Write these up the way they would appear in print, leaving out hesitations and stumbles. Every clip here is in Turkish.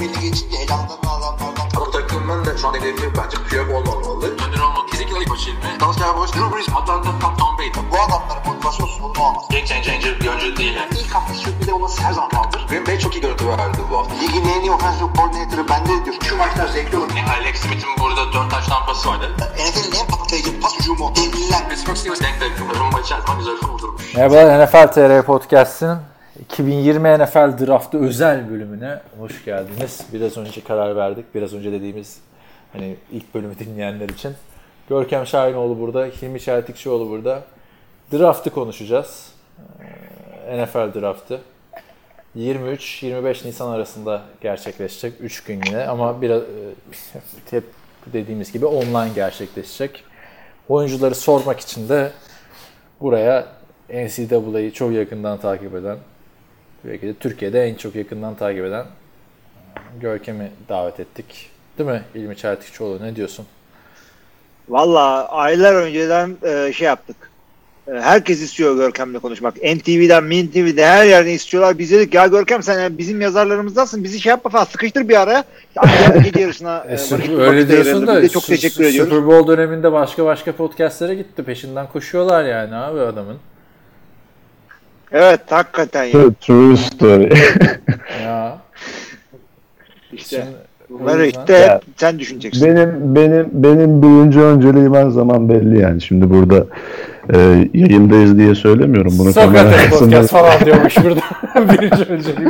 belli geçince elanlarını alanlardan. Ama takımın da şu an hedefi bence Piyok olmamalı. Döner olmalı. Kesinlikle ilk başı ilmi. Dalsya Boş, Drew Brees, Atlanta, Tom Brady. Bu adamların motivasyon sorunu olmaz. Game changer bir oyuncu değil yani. İlk hafta sürpriz olması her zaman kaldır. Green Bay çok iyi görüntü verdi bu hafta. Ligin en iyi offensive coordinator'ı bende diyor. Şu maçlar zevkli olur. Alex Smith'in burada 4 taş tampası vardı. NFL'in en patlayıcı pas hücumu. Devliler. Pittsburgh Steelers denk denk. Rumba içerisinde güzel kurdurmuş. Merhabalar, NFL TR Podcast'ın 2020 NFL Draft'ı özel bölümüne hoş geldiniz. Biraz önce karar verdik. Biraz önce dediğimiz hani ilk bölümü dinleyenler için. Görkem Şahinoğlu burada, Hilmi Çeltikçioğlu burada. Draft'ı konuşacağız. NFL Draft'ı. 23-25 Nisan arasında gerçekleşecek. 3 gün yine ama biraz hep dediğimiz gibi online gerçekleşecek. Oyuncuları sormak için de buraya NCAA'yı çok yakından takip eden, belki de Türkiye'de en çok yakından takip eden Görkem'i davet ettik. Değil mi İlmi Çeltikçioğlu? Ne diyorsun? Valla aylar önceden şey yaptık. Herkes istiyor Görkem'le konuşmak. NTV'den, MinTV'de her yerden istiyorlar. Biz dedik ya Görkem sen bizim yazarlarımızdansın. Bizi şey yapma falan sıkıştır bir araya. Gece yarısına öyle diyorsun da çok teşekkür ediyoruz. Super Bowl döneminde başka podcastlere gitti. Peşinden koşuyorlar yani abi adamın. Evet hakikaten ya. True story. Ya. İşte Şimdi, bunları işte sen düşüneceksin. Benim birinci önceliğim her zaman belli yani. Şimdi burada yayındayız diye söylemiyorum. Bunu Sokrates podcast falan diyormuş burada. Birinci önceliğim.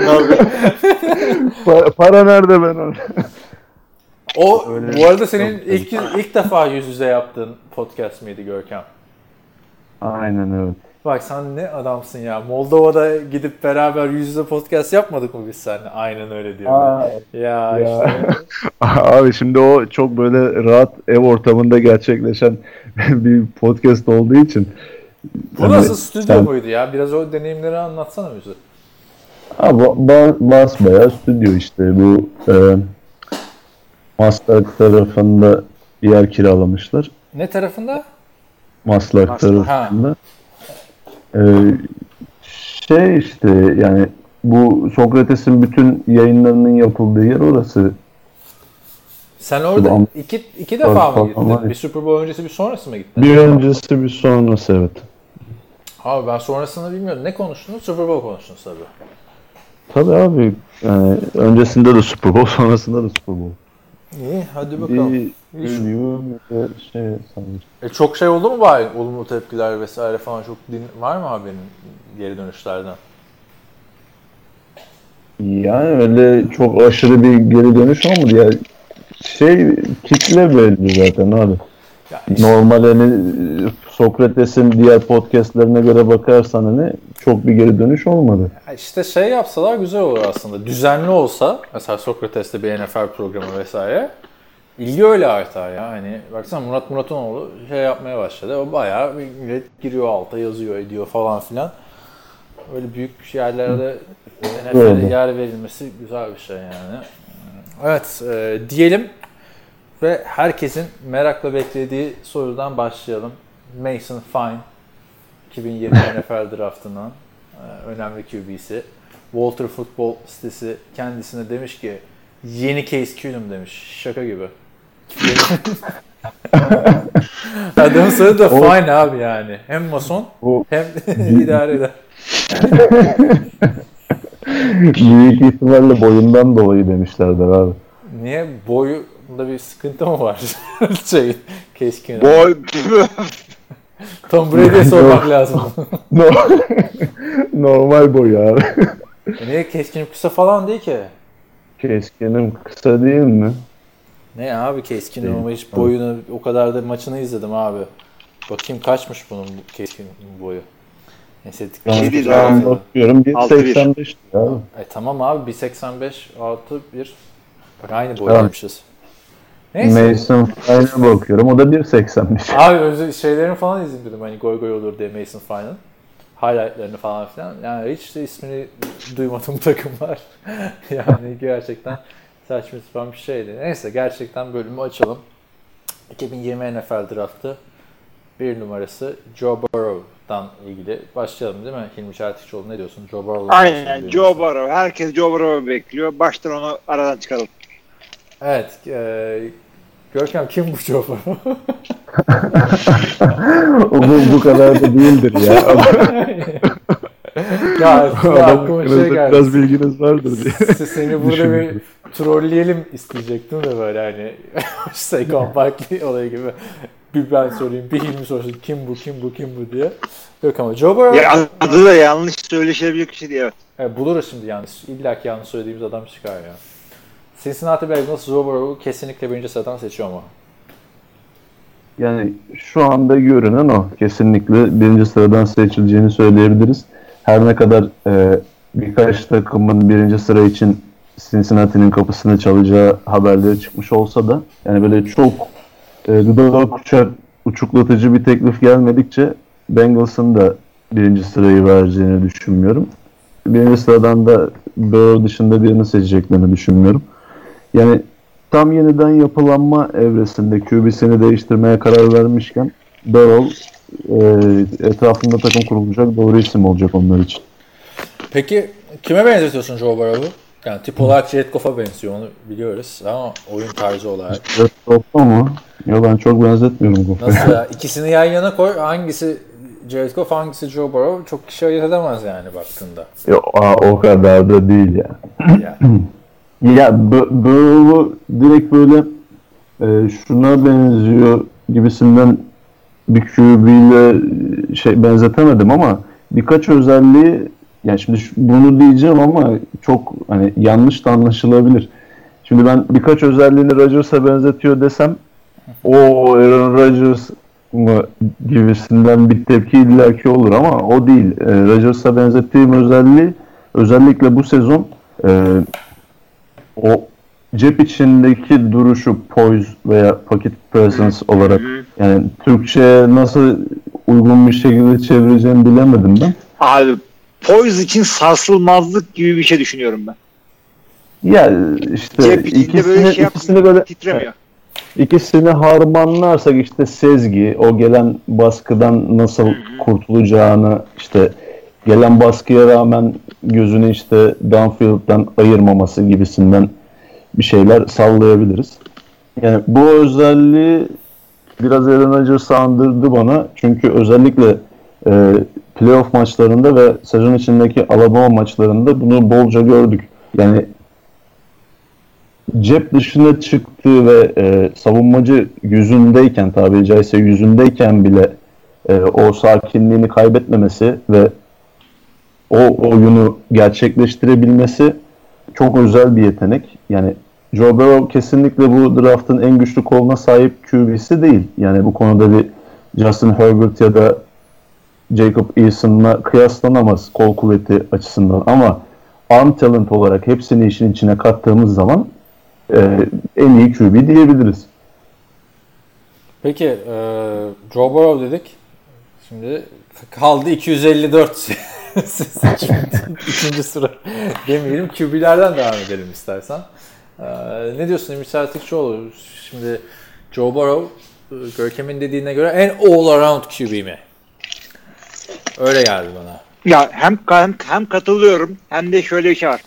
Para nerede ben onu? O bu arada senin ilk defa yüz yüze yaptığın podcast mıydı Görkem? Aynen evet. Bak sen ne adamsın ya. Moldova'da gidip beraber yüz yüze podcast yapmadık mı biz seninle? Aynen öyle diyor. Ya işte. Abi şimdi o çok böyle rahat ev ortamında gerçekleşen bir podcast olduğu için. Bu nasıl stüdyo muydu ya? Biraz o deneyimleri anlatsana bize. Basbayağı stüdyo işte. Bu Maslak tarafında yer kiralamışlar. Ne tarafında? Maslak tarafında. Şey işte yani bu Sokrates'in bütün yayınlarının yapıldığı yer orası. Sen orada iki defa mı gittin? Bir Super Bowl öncesi bir sonrası mı gittin? Bir öncesi bir sonrası evet. Abi ben sonrasını bilmiyorum. Ne konuştunuz? Super Bowl konuştunuz tabii. Tabii abi. Yani öncesinde de Super Bowl, sonrasında da Super Bowl. İyi hadi bakalım. Çok şey oldu mu bari? Olumlu tepkiler vesaire falan çok var mı haberin geri dönüşlerden? Yani öyle çok aşırı bir geri dönüş olmadı ya. Kitle belli zaten abi. Ya işte. Normal hani Sokrates'in diğer podcastlerine göre bakarsan hani çok bir geri dönüş olmadı. İşte şey yapsalar güzel olur aslında. Düzenli olsa mesela Sokrates'te bir NFL programı vesaire ilgi öyle artar ya. Hani baksana Murat Muratonoğlu şey yapmaya başladı. O bayağı millet giriyor alta yazıyor ediyor falan filan. Öyle büyük yerlerde NFL'e yer verilmesi güzel bir şey yani. Evet diyelim ve herkesin merakla beklediği sorudan başlayalım. Mason Fine 2020 NFL draftından önemli QB'si. Walter Football sitesi kendisine demiş ki yeni Case Keenum demiş. Şaka gibi. Adamın soyadı da Fine abi yani. Hem mason hem idare eder. Büyük ihtimalle boyundan dolayı demişlerdir abi. Niye? Boyunda bir sıkıntı mı var? Case Keenum. Boy. Tom Brady'ye sormak lazım. Normal boyu abi. Niye Case Keenum kısa falan değil ki? Case Keenum kısa değil mi? Ne abi Case Keenum ama hiç boyunu o kadar da maçını izledim abi. Bakayım kaçmış bunun Case Keenum'un boyu. Neyse bakıyorum 1.85 abi. Tamam abi 1.85 artı 1. Bak aynı boydaymışız. Neyse. Mason Fine'a bakıyorum. O da 1.85. Abi özel şeylerini falan izledim dedim hani goy olur diye Mason Fine'ın. Highlight'larını falan filan. Yani hiç de ismini duymadığım takımlar. Yani gerçekten saçma sapan bir şeydi. Neyse gerçekten bölümü açalım. 2020 NFL Draft'ı bir numarası Joe Burrow'dan ilgili başlayalım değil mi? Hilmi Çeltikçioğlu ne diyorsun? Joe Burrow'dan Aynen Joe Burrow. Herkes Joe Burrow'u bekliyor. Baştan onu aradan çıkaralım. Evet. Görkem kim bu Joe Burrow? Bu kadar da değildir ya. Ya aklıma şey geldi. Biraz bilginiz vardır diye. Seni burada bir trolleyelim isteyecektim de böyle hani Saquon Barkley olayı gibi. Bir ben sorayım, bir Hilmi sorsun kim bu diye. Yok ama Joe Burrow... Ya adı da yanlış söyleşebilecek bir şey değil. Evet. Buluruz şimdi yanlış. İlla ki yanlış söylediğimiz adam çıkar ya. Cincinnati Bengals Joe Burrow'u kesinlikle birinci sıradan seçiyor mu? Yani şu anda görünen o. Kesinlikle birinci sıradan seçileceğini söyleyebiliriz. Her ne kadar birkaç takımın birinci sıra için Cincinnati'nin kapısını çalacağı haberleri çıkmış olsa da yani böyle çok dudağı uçuklatıcı bir teklif gelmedikçe Bengals'ın da birinci sırayı vereceğini düşünmüyorum. Birinci sıradan da Burrow dışında birini seçeceklerini düşünmüyorum. Yani tam yeniden yapılanma evresinde QB'sini değiştirmeye karar vermişken Burrow etrafında takım kurulacak doğru isim olacak onlar için. Peki kime benzetiyorsun Joe Burrow'u? Yani tip olarak Jared Goff'a benziyor onu biliyoruz ama oyun tarzı olarak. Jared Goff'a mı? Ya ben çok benzetmiyorum Goff'a. Nasıl ya? İkisini yan yana koy. Hangisi Jared Goff, hangisi Joe Burrow? Çok kişi ayırt edemez yani baktığında. O kadar da değil ya. Yani. Ya Burrow'u direkt böyle şuna benziyor gibisinden bir QB'yle benzetemedim ama birkaç özelliği yani şimdi bunu diyeceğim ama çok hani yanlış da anlaşılabilir. Şimdi ben birkaç özelliğini Rodgers'a benzetiyor desem o Aaron Rodgers mı gibisinden bir tepki illaki olur ama o değil. Rodgers'a benzettiğim özellikle bu sezon o cep içindeki duruşu poise veya pocket presence olarak yani Türkçe nasıl uygun bir şekilde çevireceğimi bilemedim ben. Abi poise için sarsılmazlık gibi bir şey düşünüyorum ben. Ya işte Cep içinde böyle şey ikisini böyle titremiyor. İkisini harmanlarsak işte sezgi, o gelen baskıdan nasıl kurtulacağını, işte gelen baskıya rağmen gözünü işte downfield'dan ayırmaması gibisinden bir şeyler sallayabiliriz. Yani bu özelliği biraz Aaron Rodgers'ı andırdı bana. Çünkü özellikle playoff maçlarında ve sezon içindeki Alabama maçlarında bunu bolca gördük. Yani cep dışına çıktığı ve savunmacı yüzündeyken, tabiri caizse yüzündeyken bile o sakinliğini kaybetmemesi ve o oyunu gerçekleştirebilmesi çok özel bir yetenek. Yani Joe Burrow kesinlikle bu draftın en güçlü koluna sahip QB'si değil. Yani bu konuda bir Justin Herbert ya da Jacob Eason'la kıyaslanamaz kol kuvveti açısından. Ama arm talent olarak hepsini işin içine kattığımız zaman en iyi QB diyebiliriz. Peki Joe Burrow dedik. Şimdi kaldı 254 ikinci sıra demeyelim. QB'lerden devam edelim istersen. Ne diyorsun Emir Çeltikçioğlu? Şimdi Joe Burrow Görkem'in dediğine göre en all around QB mi? Öyle geldi bana. Ya hem katılıyorum hem de şöyle bir şey var.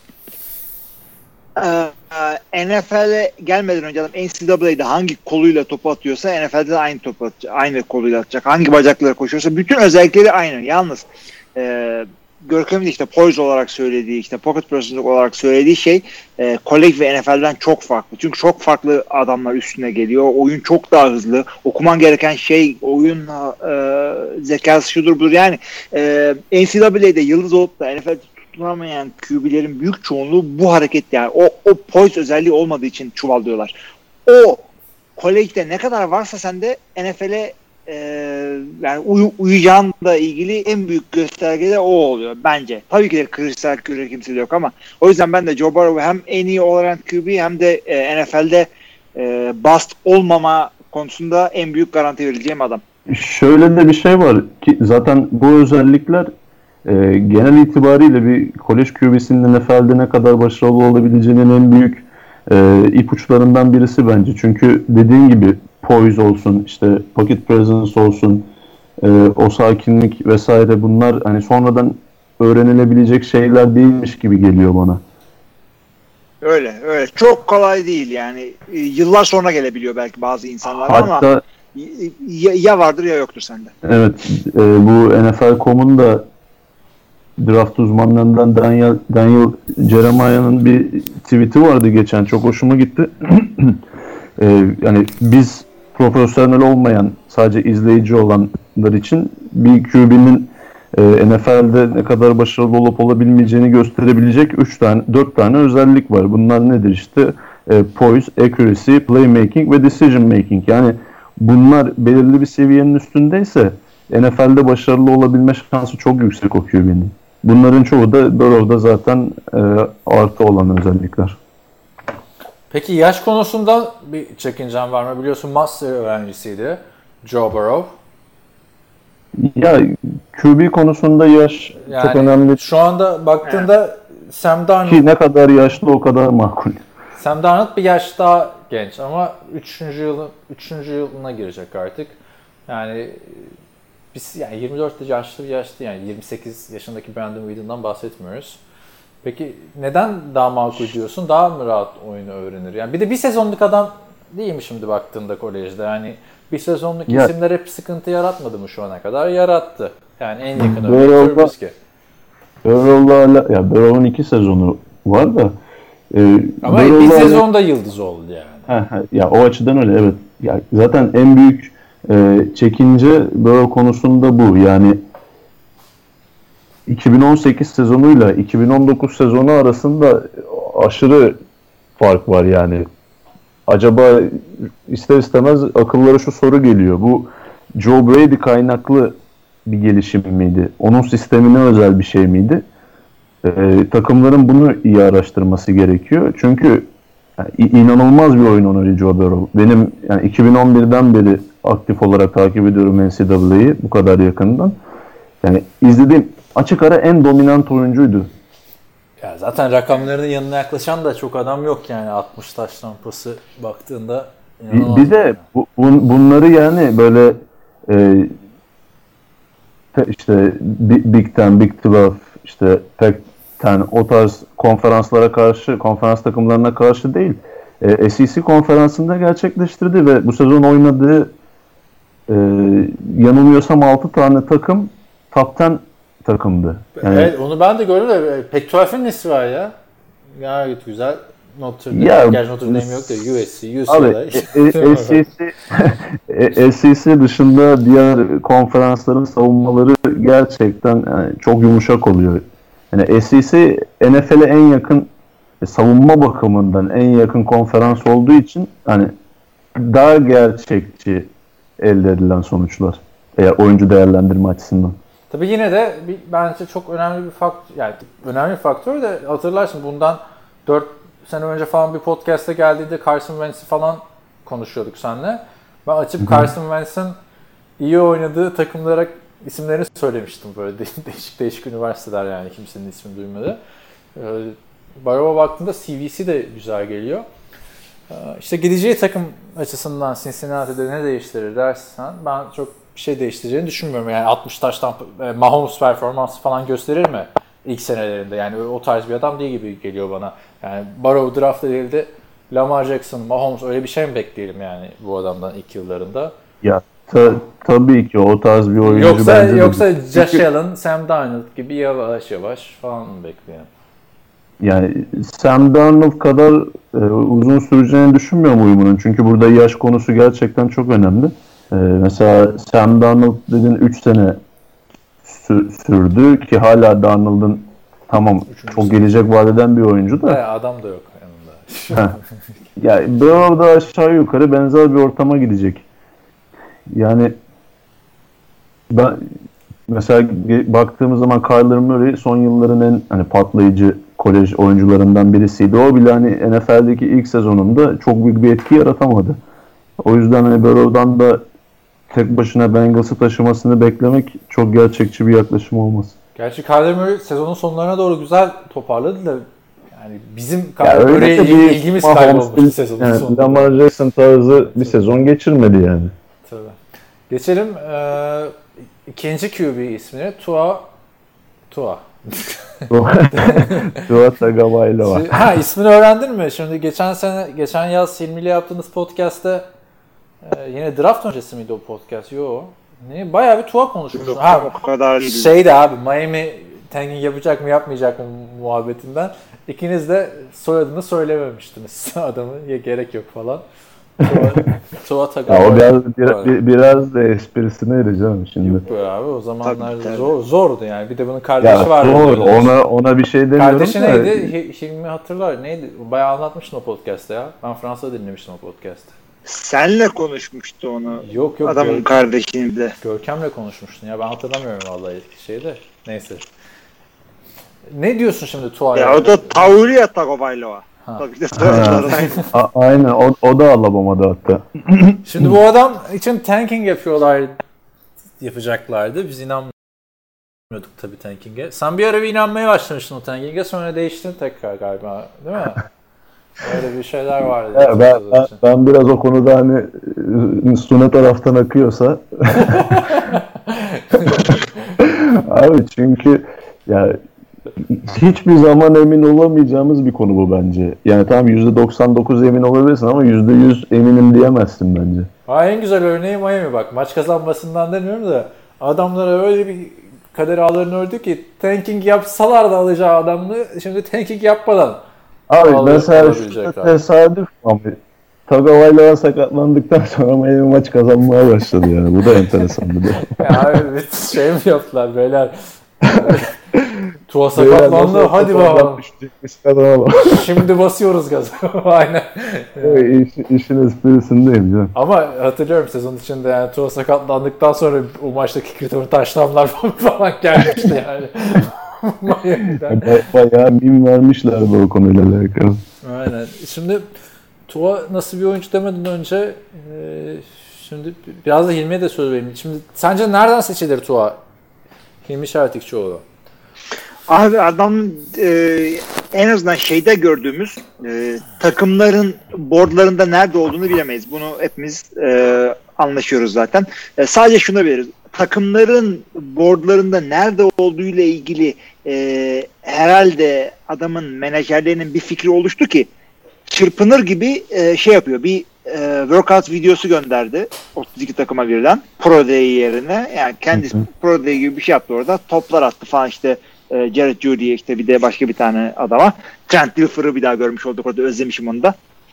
NFL'e gelmeden önce adam NCAA'de hangi koluyla topu atıyorsa NFL'de de aynı topu atacak, aynı koluyla atacak. Hangi bacakları koşuyorsa bütün özellikleri aynı. Yalnız Görkem'in de işte poise olarak söylediği, işte pocket presence olarak söylediği şey college ve NFL'den çok farklı. Çünkü çok farklı adamlar üstüne geliyor. Oyun çok daha hızlı. Okuman gereken şey oyun zekası şudur budur. Yani NCAA'de yıldız olup da NFL'de tutunamayan QB'lerin büyük çoğunluğu bu hareket yani o poise özelliği olmadığı için çuvallıyorlar. O college'de ne kadar varsa sende NFL'e yani uyacağınla ilgili en büyük gösterge de o oluyor bence. Tabii ki de kırışsak göre kimse de yok ama o yüzden ben de Joe Burrow hem en iyi olarak QB hem de NFL'de bust olmama konusunda en büyük garanti vereceğim adam. Şöyle de bir şey var ki zaten bu özellikler genel itibariyle bir kolej QB'sinin NFL'de ne kadar başarılı olabileceğinin en büyük ipuçlarından birisi bence. Çünkü dediğin gibi poise olsun, işte pocket presence olsun, o sakinlik vesaire bunlar hani sonradan öğrenilebilecek şeyler değilmiş gibi geliyor bana. Öyle. Çok kolay değil yani. Yıllar sonra gelebiliyor belki bazı insanlar ama ya vardır ya yoktur sende. Evet. Bu NFL.com'un da draft uzmanlarından Daniel Jeremiah'ın bir tweet'i vardı geçen. Çok hoşuma gitti. Yani biz profesyonel olmayan, sadece izleyici olanlar için bir QB'nin NFL'de ne kadar başarılı olup olabilmeyeceğini gösterebilecek 4 tane özellik var. Bunlar nedir işte? Poise, accuracy, playmaking ve decision making. Yani bunlar belirli bir seviyenin üstündeyse NFL'de başarılı olabilme şansı çok yüksek o QB'nin. Bunların çoğu da Burrow'da zaten artı olan özellikler. Peki yaş konusunda bir çekincen var mı? Biliyorsun master öğrencisiydi Joe Burrow. Ya QB konusunda yaş Yani çok önemli. Şu anda baktığında Sam Darnold... Ki ne kadar yaşlı o kadar makul. Sam Darnold bir yaş daha genç ama 3. yılına girecek artık. Yani biz yani 24 yaşlı bir yaşlı yani 28 yaşındaki Brandon Whedon'dan bahsetmiyoruz. Peki neden daha makul diyorsun? Daha mı rahat oyunu öğrenir? Yani bir de bir sezonluk adam değil mi şimdi baktığında kolejde? Yani bir sezonluk isimler hep sıkıntı yaratmadı mı şu ana kadar? Yarattı. Yani en yakın örnek Trubisky. Burrow'un 2 sezonu var da ama bir sezonda yıldız oldu yani. Ya o açıdan öyle evet. Ya zaten en büyük çekince Burrow konusunda bu. Yani 2018 sezonuyla 2019 sezonu arasında aşırı fark var yani. Acaba ister istemez akıllara şu soru geliyor. Bu Joe Brady kaynaklı bir gelişim miydi? Onun sistemine özel bir şey miydi? Takımların bunu iyi araştırması gerekiyor. Çünkü yani, inanılmaz bir oyun onarı Joe Burrow. Benim yani 2011'den beri aktif olarak takip ediyorum NCAA'yı bu kadar yakından. Yani izlediğim açık ara en dominant oyuncuydu. Ya zaten rakamlarının yanına yaklaşan da çok adam yok yani 60 taş tampası baktığında. Bir de bunları yani böyle işte Big Ten, Big 12, işte Pac-10 o tarz konferans takımlarına karşı değil. SEC konferansında gerçekleştirdi ve bu sezon oynadığı yanılmıyorsam 6 tane takım top 10 takımdı. Yani, evet onu ben de gördüm de Pac-12'in nesi var ya? Gayet güzel. Notre Dame, gerçi Notre Dame yok da USC, UCLA. SEC dışında diğer konferansların savunmaları gerçekten yani çok yumuşak oluyor. Yani SEC NFL'e en yakın savunma bakımından en yakın konferans olduğu için hani daha gerçekçi elde edilen sonuçlar. Eğer oyuncu değerlendirme açısından. Tabii yine de bence çok önemli bir faktör. Yani önemli bir faktör de hatırlarsın bundan 4 sene önce falan bir podcast'a geldiğinde Carson Wentz'i falan konuşuyorduk seninle. Ben açıp Carson Wentz'in iyi oynadığı takımlara isimlerini söylemiştim böyle değişik üniversiteler yani kimsenin ismini duymadı. Burrow'a baktığında CV'si de güzel geliyor. İşte gideceği takım açısından Cincinnati'de ne değiştirir dersen ben çok bir şey değiştireceğini düşünmüyorum. Yani 60 taştan Mahomes performansı falan gösterir mi ilk senelerinde? Yani o tarz bir adam değil gibi geliyor bana. Yani Burrow draft edildi. Lamar Jackson, Mahomes öyle bir şey mi bekleyelim yani bu adamdan ilk yıllarında? Ya tabii ki o tarz bir oyuncu yoksa Josh Allen, Sam Darnold gibi yavaş falan mı bekleyelim? Yani Sam Darnold kadar uzun süreceğini düşünmüyorum uyumunun. Çünkü burada yaş konusu gerçekten çok önemli. Mesela Sam Darnold dedin 3 sene sürdü ki hala Darnold'un tamam çok gelecek vadeden bir oyuncu da. Adam da yok yanında. Yani Burrow da aşağı yukarı benzer bir ortama gidecek. Yani ben mesela baktığımız zaman Kyler Murray son yılların en hani patlayıcı kolej oyuncularından birisiydi. O bile hani NFL'deki ilk sezonunda çok büyük bir etki yaratamadı. O yüzden hani Burrow'dan da tek başına Bengals'ı taşımasını beklemek çok gerçekçi bir yaklaşım olmaz. Gerçi Kyler Murray sezonun sonlarına doğru güzel toparladı da yani bizim Kyler Murray'e ilgimiz kaybolmuştu sezonun yani sonunda. Lamar Jackson tarzı bir sezon geçirmedi yani. Tabii. Geçelim ikinci QB ismini Tua. Tua Tagovailoa. Ha, ismini öğrendin mi? Şimdi geçen yaz Hilmi ile yaptığınız podcast'te yine draft öncesi miydi o podcast? Yo. Ne? Bayağı bir Tua konuşmuştuk. Ha, O kadar değil. şeydi abi, Miami tanking yapacak mı yapmayacak mı muhabbetinden. İkiniz de soyadını söylememiştiniz adamın. Ya gerek yok falan. Tua Ya o Tagovailoa. biraz da esprisine ereceğim şimdi. Yok be abi, o zamanlar Tabii. zordu yani. Bir de bunun kardeşi Ya vardı. doğru, Böyle. ona bir şey demiyorum Kardeşi da. neydi? Hilmi hatırlar. Neydi? Bayağı anlatmıştın o podcast'te ya. Ben Fransa'da dinlemiştim o podcast'te. Senle konuşmuştu onu. Yok Adamın kardeşini de. Görkem'le konuşmuştun ya. Ben hatırlamıyorum vallahi şeyde. Neyse. Ne diyorsun şimdi Tua'ya? Ya o da Tauriya Tagovailoa. Ha. Tabii de soyadılar aynı. Aynen o da Alabama'da hatta. Şimdi bu adam için tanking yapacaklardı. Biz inanmıyorduk tabii tanking'e. Sen bir ara bir inanmaya başlamıştın o tanking'e, sonra değiştin tekrar galiba, değil mi? Öyle bir şeyler vardı. Ya ben biraz o konuda hani Sune taraftan akıyorsa abi çünkü ya hiçbir zaman emin olamayacağımız bir konu bu bence. Yani tamam %99 emin olabilirsin ama %100 eminim diyemezsin bence. Ha, en güzel örneği Miami bak. Maç kazanmasından demiyorum da adamlara öyle bir kader ağlarını ördü ki tanking yapsalar da alacağı adamını şimdi tanking yapmadan Abi mesela şu tesadüf ama Tagovailoa sakatlandıktan sonra Miami maç kazanmaya başladı yani. Bu da enteresan bir de. Ya abi şey mi yaptılar beyler? Tua sakatlandı, hadi bakalım. Şimdi basıyoruz gazı. Aynen. İşin esprisindeyim canım. Ama hatırlıyorum sezon içinde yani Tua sakatlandıktan sonra o maçtaki return touchdown'lar falan gelmişti yani. Bayağı meme vermişlerdi o konuyla alakalı. Aynen. Şimdi Tua nasıl bir oyuncu demeden önce şimdi biraz da Hilmi'ye de söz vereyim. Şimdi sence nereden seçilir Tua? Hilmi Şertikçioğlu. Abi adam en azından şeyde gördüğümüz takımların boardlarında nerede olduğunu bilemeyiz. Bunu hepimiz anlaşıyoruz zaten. Sadece şunu biliriz. Takımların boardlarında nerede olduğu ile ilgili herhalde adamın menajerlerinin bir fikri oluştu ki çırpınır gibi şey yapıyor. Bir workout videosu gönderdi 32 takıma birden Pro Day yerine. Yani kendisi Pro Day gibi bir şey yaptı orada. Toplar attı falan işte Jared Judy'ye işte bir de başka bir tane adama. Trent Dilfer'ı bir daha görmüş olduk orada. Özlemişim onu da.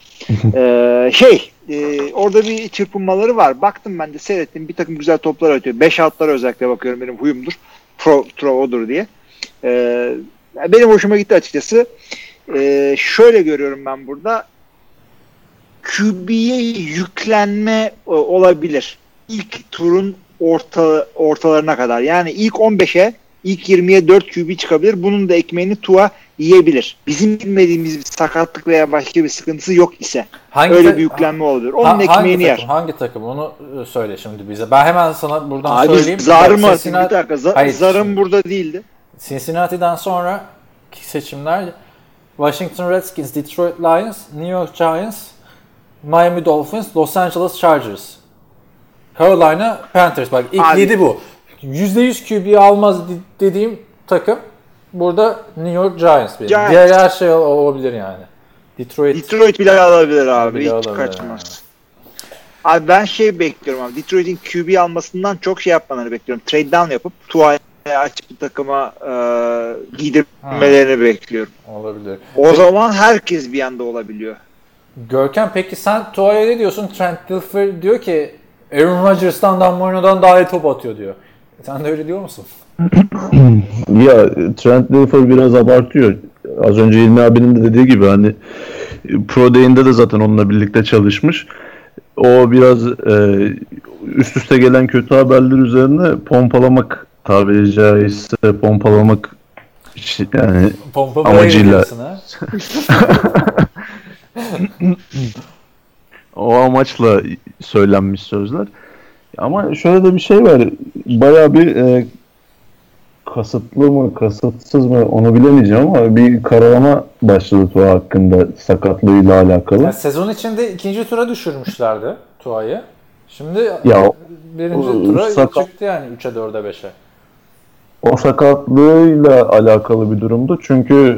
Orada bir çırpınmaları var. Baktım ben de seyrettim. Bir takım güzel toplar atıyor. 5 out'lara özellikle bakıyorum. Benim huyumdur. Pro odur diye. Benim hoşuma gitti açıkçası. Şöyle görüyorum ben burada. QB'ye yüklenme olabilir. İlk turun ortalarına kadar. Yani ilk 15'e, ilk 20'ye 4 QB çıkabilir. Bunun da ekmeğini Tua yiyebilir. Bizim bilmediğimiz bir sakatlık veya başka bir sıkıntısı yok ise öyle bir yüklenme olabilir. Onun ekmeğini yer. Hangi takım? Onu söyle şimdi bize. Ben hemen sana buradan abi, söyleyeyim. Zar mı? Bir dakika. Zar'ın burada değildi. Cincinnati'den sonra seçimler Washington Redskins, Detroit Lions, New York Giants, Miami Dolphins, Los Angeles Chargers, Carolina Panthers. Bak ilk 7 bu. %100 QB almaz dediğim takım burada New York Giants. Diğer her şey olabilir yani. Detroit bile alabilir abi. Hiç kaçmaz. Yani. Abi ben bekliyorum abi. Detroit'in QB almasından çok şey yapmalarını bekliyorum. Trade down yapıp Tua'ya açık bir takıma giydirmelerini bekliyorum. Olabilir. O zaman herkes bir anda olabiliyor. Görkem peki sen Tua'ya ne diyorsun? Trent Dilfer diyor ki Aaron Rodgers'tan Dan Marino'dan daha iyi top atıyor diyor. Sen de öyle diyor musun? Ya Trent Dilfer biraz abartıyor. Az önce İlmi abinin de dediği gibi hani Pro Day'inde de zaten onunla birlikte çalışmış. O biraz üst üste gelen kötü haberler üzerine pompalamak, tabiri caizse pompalamak yani amacıyla o amaçla söylenmiş sözler. Ama şöyle de bir şey var. Bayağı bir kasıtlı mı, kasıtsız mı onu bilemeyeceğim ama bir karalama başladı Tua hakkında sakatlığıyla alakalı. Yani sezon içinde ikinci tura düşürmüşlerdi Tua'yı. Şimdi Ya birinci o tura sakat- çıktı yani 3'e 4'e 5'e. O sakatlığıyla alakalı bir durumdu. Çünkü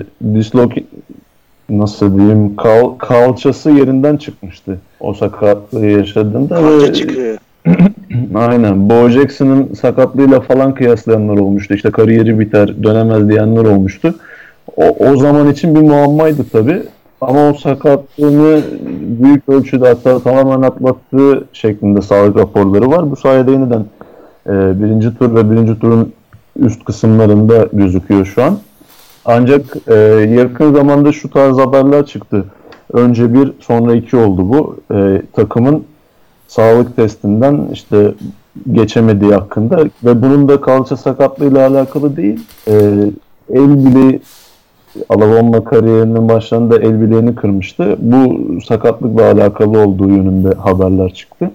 nasıl diyeyim, kalçası yerinden çıkmıştı o sakatlığı yaşadığında Kalça ve çıkıyor. aynen Bo Jackson'ın sakatlığıyla falan kıyaslayanlar olmuştu. İşte kariyeri biter, dönemez diyenler olmuştu. O zaman için bir muammaydı tabii. Ama o sakatlığını büyük ölçüde, hatta tamamen atlattığı şeklinde sağlık raporları var. Bu sayede yeniden birinci tur ve birinci turun üst kısımlarında gözüküyor şu an. Ancak yakın zamanda şu tarz haberler çıktı. Önce bir, sonra iki oldu bu. Takımın sağlık testinden işte geçemediği hakkında ve bunun da kalça sakatlığıyla alakalı değil. El bileği, Alabama kariyerinin başlarında el bileğini kırmıştı. Bu sakatlıkla alakalı olduğu yönünde haberler çıktı.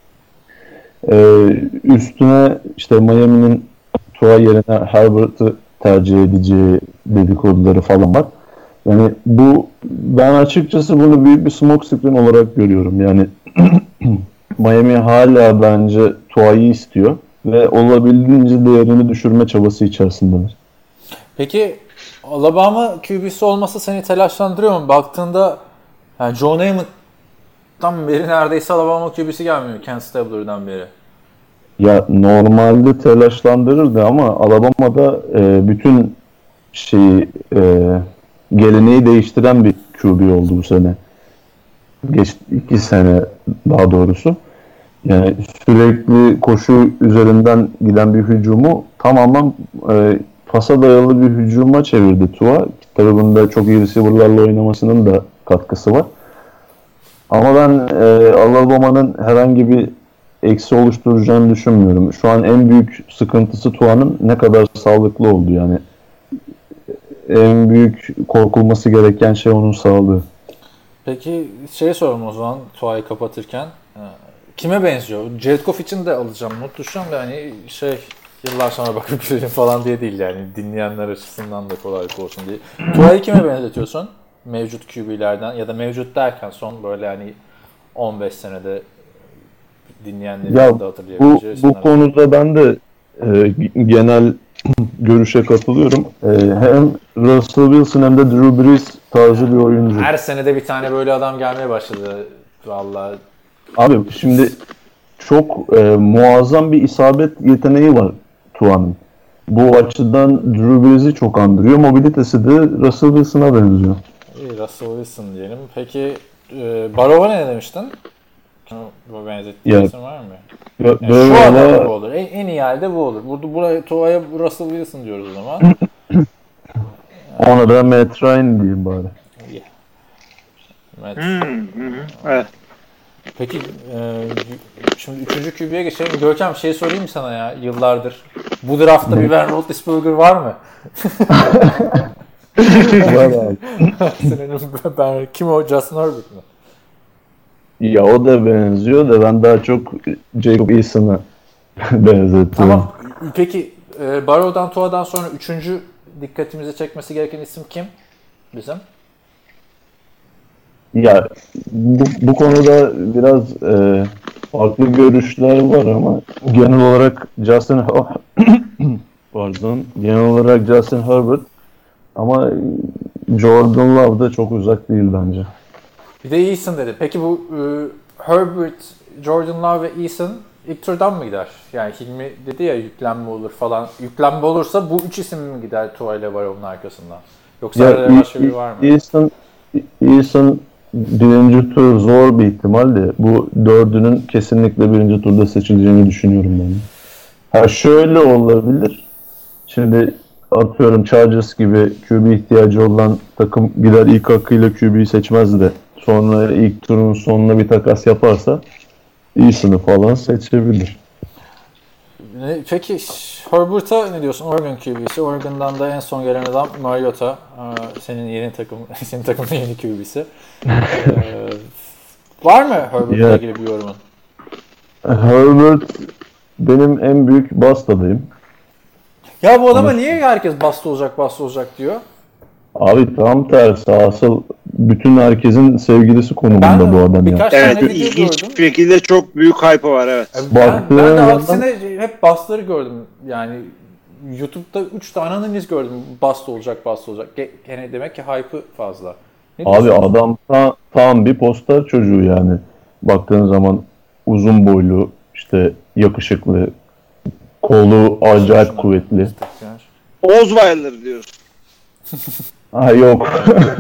Üstüne işte Miami'nin Tua yerine Herbert'ı tercih edeceği dedikoduları falan var. Yani ben açıkçası bunu büyük bir smoke screen olarak görüyorum. Yani Miami hala bence Tua'yı istiyor ve olabildiğince değerini düşürme çabası içerisindeler. Peki Alabama QB'si olması seni telaşlandırıyor mu? Baktığında yani Joe Namath'tan beri neredeyse Alabama QB'si gelmiyor. Ken Stabler'dan beri. Ya normalde telaşlandırırdı ama Alabama'da bütün geleneği değiştiren bir QB oldu bu sene. 2 sene daha doğrusu. Yani sürekli koşu üzerinden giden bir hücumu tamamen pasa dayalı bir hücuma çevirdi Tua. Tabii bunda çok iyi receiver'larla oynamasının da katkısı var. Ama ben Alabama'nın herhangi bir eksi oluşturacağını düşünmüyorum. Şu an en büyük sıkıntısı Tua'nın ne kadar sağlıklı olduğu, yani en büyük korkulması gereken şey onun sağlığı. Peki soralım o zaman Tua'yı kapatırken. Kime benziyor? Jared Goff için de alacağım, not düşeceğim de hani yıllar sonra bakıp görelim falan diye değil yani, dinleyenler açısından da kolaylık olsun diye. Tua'yı kime benzetiyorsun? Mevcut QB'lerden ya da mevcut derken son böyle hani 15 senede dinleyenlerin Ya de hatırlayabileceği bu konuda ben de genel görüşe katılıyorum. Hem Russell Wilson hem de Drew Brees tarzı bir oyuncu. Her senede bir tane böyle adam gelmeye başladı vallahi. Abi şimdi çok muazzam bir isabet yeteneği var Tua'nın. Bu açıdan Drew Brees'i çok andırıyor. Mobilitesi de Russell Wilson'a benziyor. İyi, Russell Wilson diyelim. Peki Barrow'a ne demiştin? Bu benzettiğin isim var mı? Yani şu anda bu olur. En iyi halde bu olur. Buraya Tua'ya Russell Wilson diyoruz o zaman. Ona da Matt Ryan diyeyim bari. Evet. Peki şimdi 3. QB'ye geçelim. Görkem sorayım mı sana ya, yıllardır. Bu draftta bir Ben Roethlisberger var mı? Var abi. Kim o? Justin Herbert mi? Ya o da benziyor da ben daha çok Jacob Eason'a benzetiyorum. Tamam. Peki Barrow'dan, Tua'dan sonra 3. dikkatimizi çekmesi gereken isim kim bizim? Ya bu konuda biraz farklı görüşler var ama genel olarak Justin Herbert, ama Jordan Love da çok uzak değil bence. Bir de Eason dedi. Peki bu Herbert, Jordan Love ve Eason ilk turdan mı gider? Yani Hilmi dedi ya yüklenme olur falan. Yüklenme olursa bu 3 isim mi gider Tua ile Barrow'un arkasından? Yoksa arada başka biri var mı? Eason birinci tur zor bir ihtimal de bu dördünün kesinlikle birinci turda seçileceğini düşünüyorum ben. Ha şöyle olabilir. Şimdi atıyorum Chargers gibi QB ihtiyacı olan takım gider ilk hakkıyla QB'yi seçmez de sonra ilk turun sonuna bir takas yaparsa Eason'ı falan seçebilir. Peki Herbert'a ne diyorsun? Oregon QB'si. Oregon'dan da en son gelen adam Mariota. Senin takımın yeni QB'si. Var mı Herbert'la ilgili bir yorumun? Herbert benim en büyük bust adayım. Ya bu adama niye herkes bust olacak diyor? Abi tam tersi, asıl bütün herkesin sevgilisi konumunda bu adam ya. birkaç Evet, tane video ilginç gördüm. bir şekilde çok büyük hype'ı var, evet. Ben de aksine hep bastları gördüm. Yani YouTube'da 3 tane analiz gördüm. Bast olacak, bast olacak. Gene demek ki hype'ı fazla. Ne Abi diyorsun? adam tam bir poster çocuğu yani. Baktığın zaman uzun boylu, işte yakışıklı, kolu acayip kuvvetli. Osweiler diyoruz. Ha yok.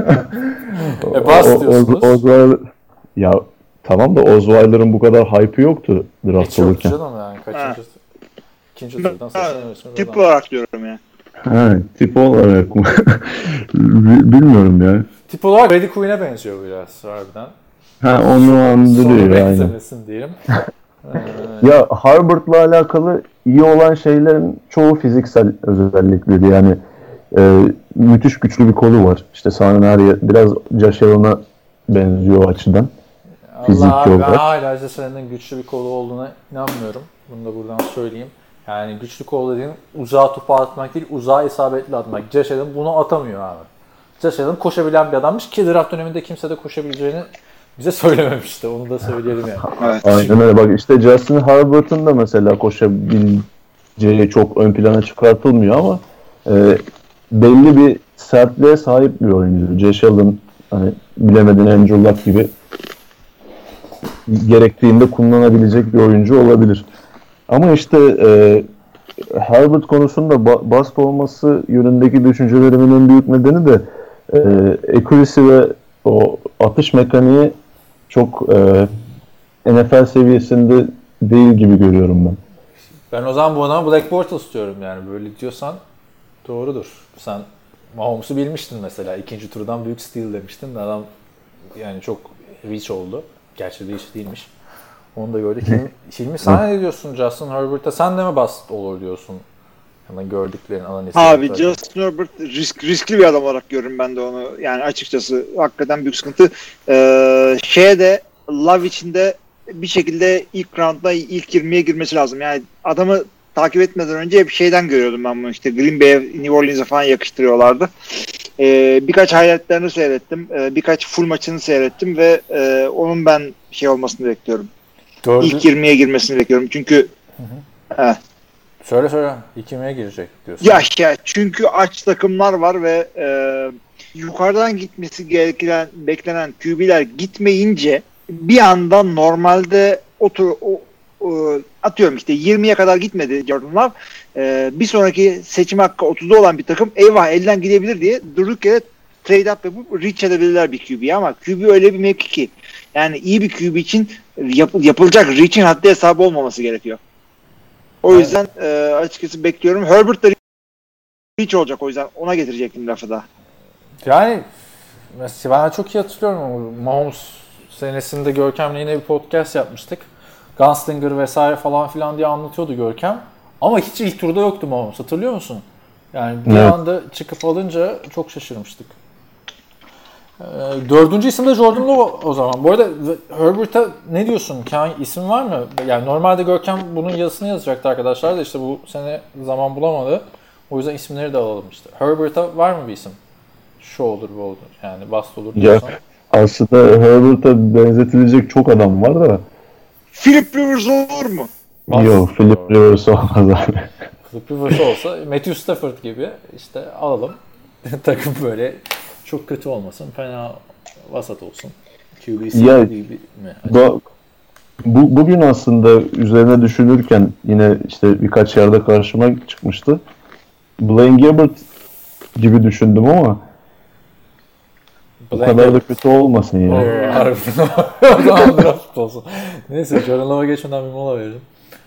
Bast diyorsunuz. Osweiler, ya tamam da Osweiler'ın bu kadar hype'ı yoktu draft Hiç yok olurken. canım yani. Kaçıncı? İkinci turdan seçilemiyorsun. Tip olarak diyorum ya. Ha, tip olarak mı? Bilmiyorum ya. Tip olarak Brady Quinn'e benziyor biraz harbiden. Ha, onu andırıyor Sonra yani. benzemesin diyelim. Ya Harvard'la alakalı iyi olan şeylerin çoğu fiziksel özellikleri. Yani müthiş güçlü bir kolu var. İşte sahanın her yer biraz Josh Allen'a benziyor o açıdan. Fiziki Allah abi, ben olarak. hala Jesse'nin güçlü bir kolu olduğuna inanmıyorum. Bunu da buradan söyleyeyim. Yani güçlü kol dediğin uzağa topu atmak değil, uzağa isabetli atmak. Josh Allen bunu atamıyor abi. Josh Allen koşabilen bir adammış ki draft döneminde kimse de koşabileceğini bize söylememişti. Onu da söyleyelim yani. Evet. Aynen öyle. Bak işte Justin Herbert'ın da mesela koşabileceği çok ön plana çıkartılmıyor ama belli bir sertliğe sahip bir oyuncu. Josh Allen hani bilemedin Andrew Luck gibi gerektiğinde kullanabilecek bir oyuncu olabilir. Ama işte Herbert konusunda bast olması yönündeki düşüncelerimin en büyük nedeni de accuracy ve o atış mekaniği çok NFL seviyesinde değil gibi görüyorum ben. Ben o zaman bu adama Black Bortles istiyorum yani. Böyle diyorsan doğrudur. Sen Mahomes'u bilmiştin mesela. İkinci turdan büyük steal demiştin de adam yani çok reach oldu. Gerçi reach değilmiş. Onu da gördük. Hilmi sen ne diyorsun Justin Herbert'a? Sen de mi bast olur diyorsun? Yani gördüklerin analizi. Abi Justin Herbert riskli bir adam olarak görüyorum ben de onu. Yani açıkçası hakikaten büyük sıkıntı. De Love için de bir şekilde ilk roundda ilk 20'ye girmesi lazım. Yani adamı takip etmeden önce hep şeyden görüyordum ben bunu. İşte Green Bay'e, New Orleans'a falan yakıştırıyorlardı. Birkaç highlightlarını seyrettim. Birkaç full maçını seyrettim ve onun ben olmasını bekliyorum. İlk 20'ye girmesini bekliyorum. Çünkü Söyle. 2'ye girecek diyorsun. Ya çünkü aç takımlar var ve yukarıdan gitmesi gereken beklenen QB'ler gitmeyince bir anda normalde atıyorum işte 20'ye kadar gitmedi Jordan Love. Bir sonraki seçim hakkı 30'da olan bir takım eyvah elden gidebilir diye durduk yere trade up yapıp reach edebilirler bir QB'ye ama QB öyle bir mevki ki yani iyi bir QB için yapılacak reach'in haddi hesabı olmaması gerekiyor. O yüzden açıkçası bekliyorum. Herbert da reach olacak o yüzden ona getirecektim lafı da. Yani mesela ben çok iyi hatırlıyorum. Mahomes senesinde Görkem'le yine bir podcast yapmıştık. Gunslinger vesaire falan filan diye anlatıyordu Görkem. Ama hiç ilk turda yoktu Mahomes. Hatırlıyor musun? Yani bir anda çıkıp alınca çok şaşırmıştık. Dördüncü isim de Jordan Love o zaman. Bu arada Herbert'a ne diyorsun? İsim var mı? Yani normalde Görkem bunun yazısını yazacaktı arkadaşlar da işte bu sene zaman bulamadı. O yüzden isimleri de alalım işte. Herbert'a var mı bir isim? Şu olur bu olur. Yani bast olur diyorsan. Ya aslında Herbert'a benzetilecek çok adam var da. Philip Rivers olur mu? Yok, Philip Rivers olmaz abi. Philip Rivers olsa Matthew Stafford gibi işte alalım. Takım böyle çok kötü olmasın. Fena vasat olsun. QB'si ya, mi? Bugün aslında üzerine düşünürken yine işte birkaç yerde karşıma çıkmıştı. Blaine Gabbert gibi düşündüm ama o kadar da kötü olmasın yani. Harbiden. O zaman draft olsun. Neyse Jordan Love'a geçmeden bir mola verelim.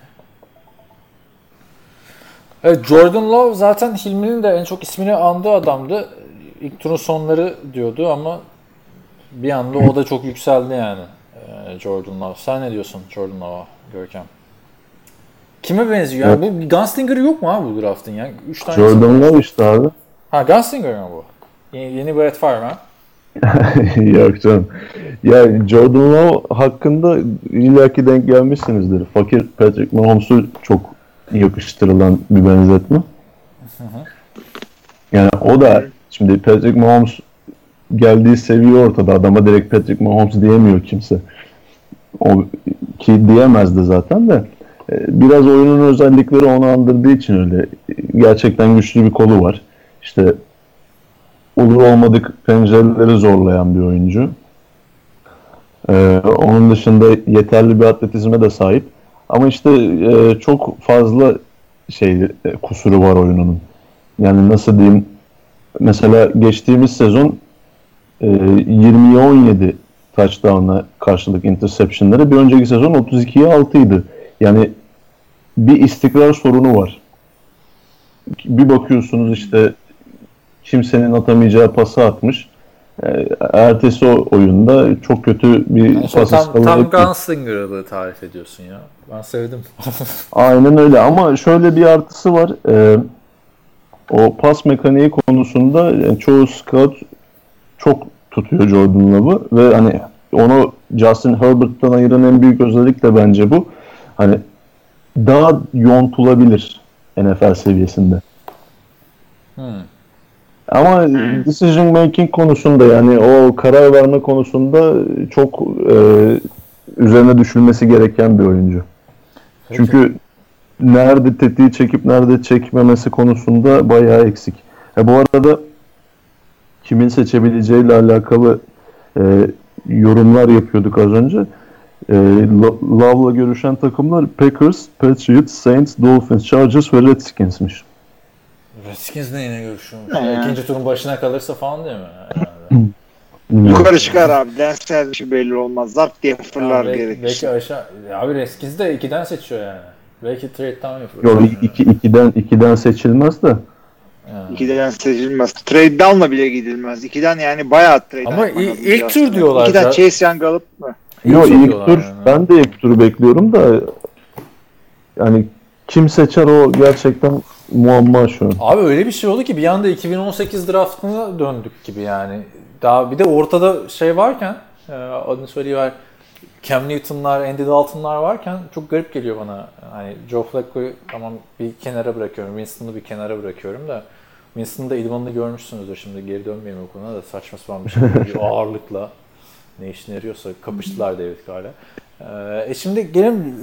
Evet, Jordan Love zaten Hilmi'nin de en çok ismini andığı adamdı. İlk turun sonları diyordu ama bir anda o da çok yükseldi yani. Jordan Love. Sen ne diyorsun Jordan Love'a Görkem? Kime benziyor? Yani bu Gunslinger yok mu abi bu draftın ya? 3 tane Jordan Love işte abi. Ha Gunslinger mi bu? Yeni Brett Favre ha? Yok canım. Ya Jordan Love hakkında illaki denk gelmişsinizdir. Fakir Patrick Mahomes'u çok yakıştırılan bir benzetme. Yani o da şimdi Patrick Mahomes geldiği seviye ortada. Adama direkt Patrick Mahomes diyemiyor kimse. O ki diyemezdi zaten de. Biraz oyunun özellikleri onu andırdığı için öyle. Gerçekten güçlü bir kolu var. İşte olur olmadık pencereleri zorlayan bir oyuncu. Onun dışında yeterli bir atletizme de sahip. Ama işte çok fazla kusuru var oyununun. Yani nasıl diyeyim? Mesela geçtiğimiz sezon 20'ye 17 touchdown'a karşılık interception'ları, bir önceki sezon 32'ye 6 idi. Yani bir istikrar sorunu var. Bir bakıyorsunuz işte kimsenin atamayacağı pası atmış. Ertesi oyunda çok kötü bir pas ıskalaması. Tam Gunslinger'ı tarif ediyorsun ya. Ben sevdim. Aynen öyle ama şöyle bir artısı var. O pas mekaniği konusunda yani çoğu scout çok tutuyor Jordan Love'ı ve hani onu Justin Herbert'tan ayıran en büyük özellik de bence bu. Hani daha yontulabilir NFL seviyesinde. Ama decision making konusunda, yani o karar verme konusunda çok üzerine düşülmesi gereken bir oyuncu. Peki. Çünkü nerede tetiği çekip nerede çekmemesi konusunda bayağı eksik. Bu arada kimin seçebileceğiyle alakalı yorumlar yapıyorduk az önce. Love'la görüşen takımlar Packers, Patriots, Saints, Dolphins, Chargers ve Redskins'miş. Redskins neyine görüşüyormuş? İkinci turun başına kalırsa falan değil mi? Yukarı çıkar abi. Lensler bir şey belli olmaz. Zart diye fırlar gerekir. Belki aşağı. Abi Redskins de 2'den seçiyor yani. Belki trade down yapıyor. Yok 2'den seçilmez de. Yani. 2'den seçilmez. Trade down'la bile gidilmez. 2'den yani bayağı trade down. Ama ilk tur diyorlar. 2'den Chase Young alıp mı? Yok ilk tur. Yani. Ben de ilk turu bekliyorum da yani kim seçer o gerçekten muamma şu an. Abi öyle bir şey oldu ki bir anda 2018 draftına döndük gibi yani. Daha bir de ortada şey varken adını söyleyiver, Cam Newton'lar, Andy Dalton'lar varken çok garip geliyor bana. Hani Joe Flacco'yu tamam bir kenara bırakıyorum. Winston'u bir kenara bırakıyorum da Winston'ın da idmanını görmüşsünüzdür, şimdi geri dönmeyeyim o konuda da, saçma sapan bir şey. Bir ağırlıkla ne işine yarıyorsa kapıştılar David Carr'la. Şimdi gelin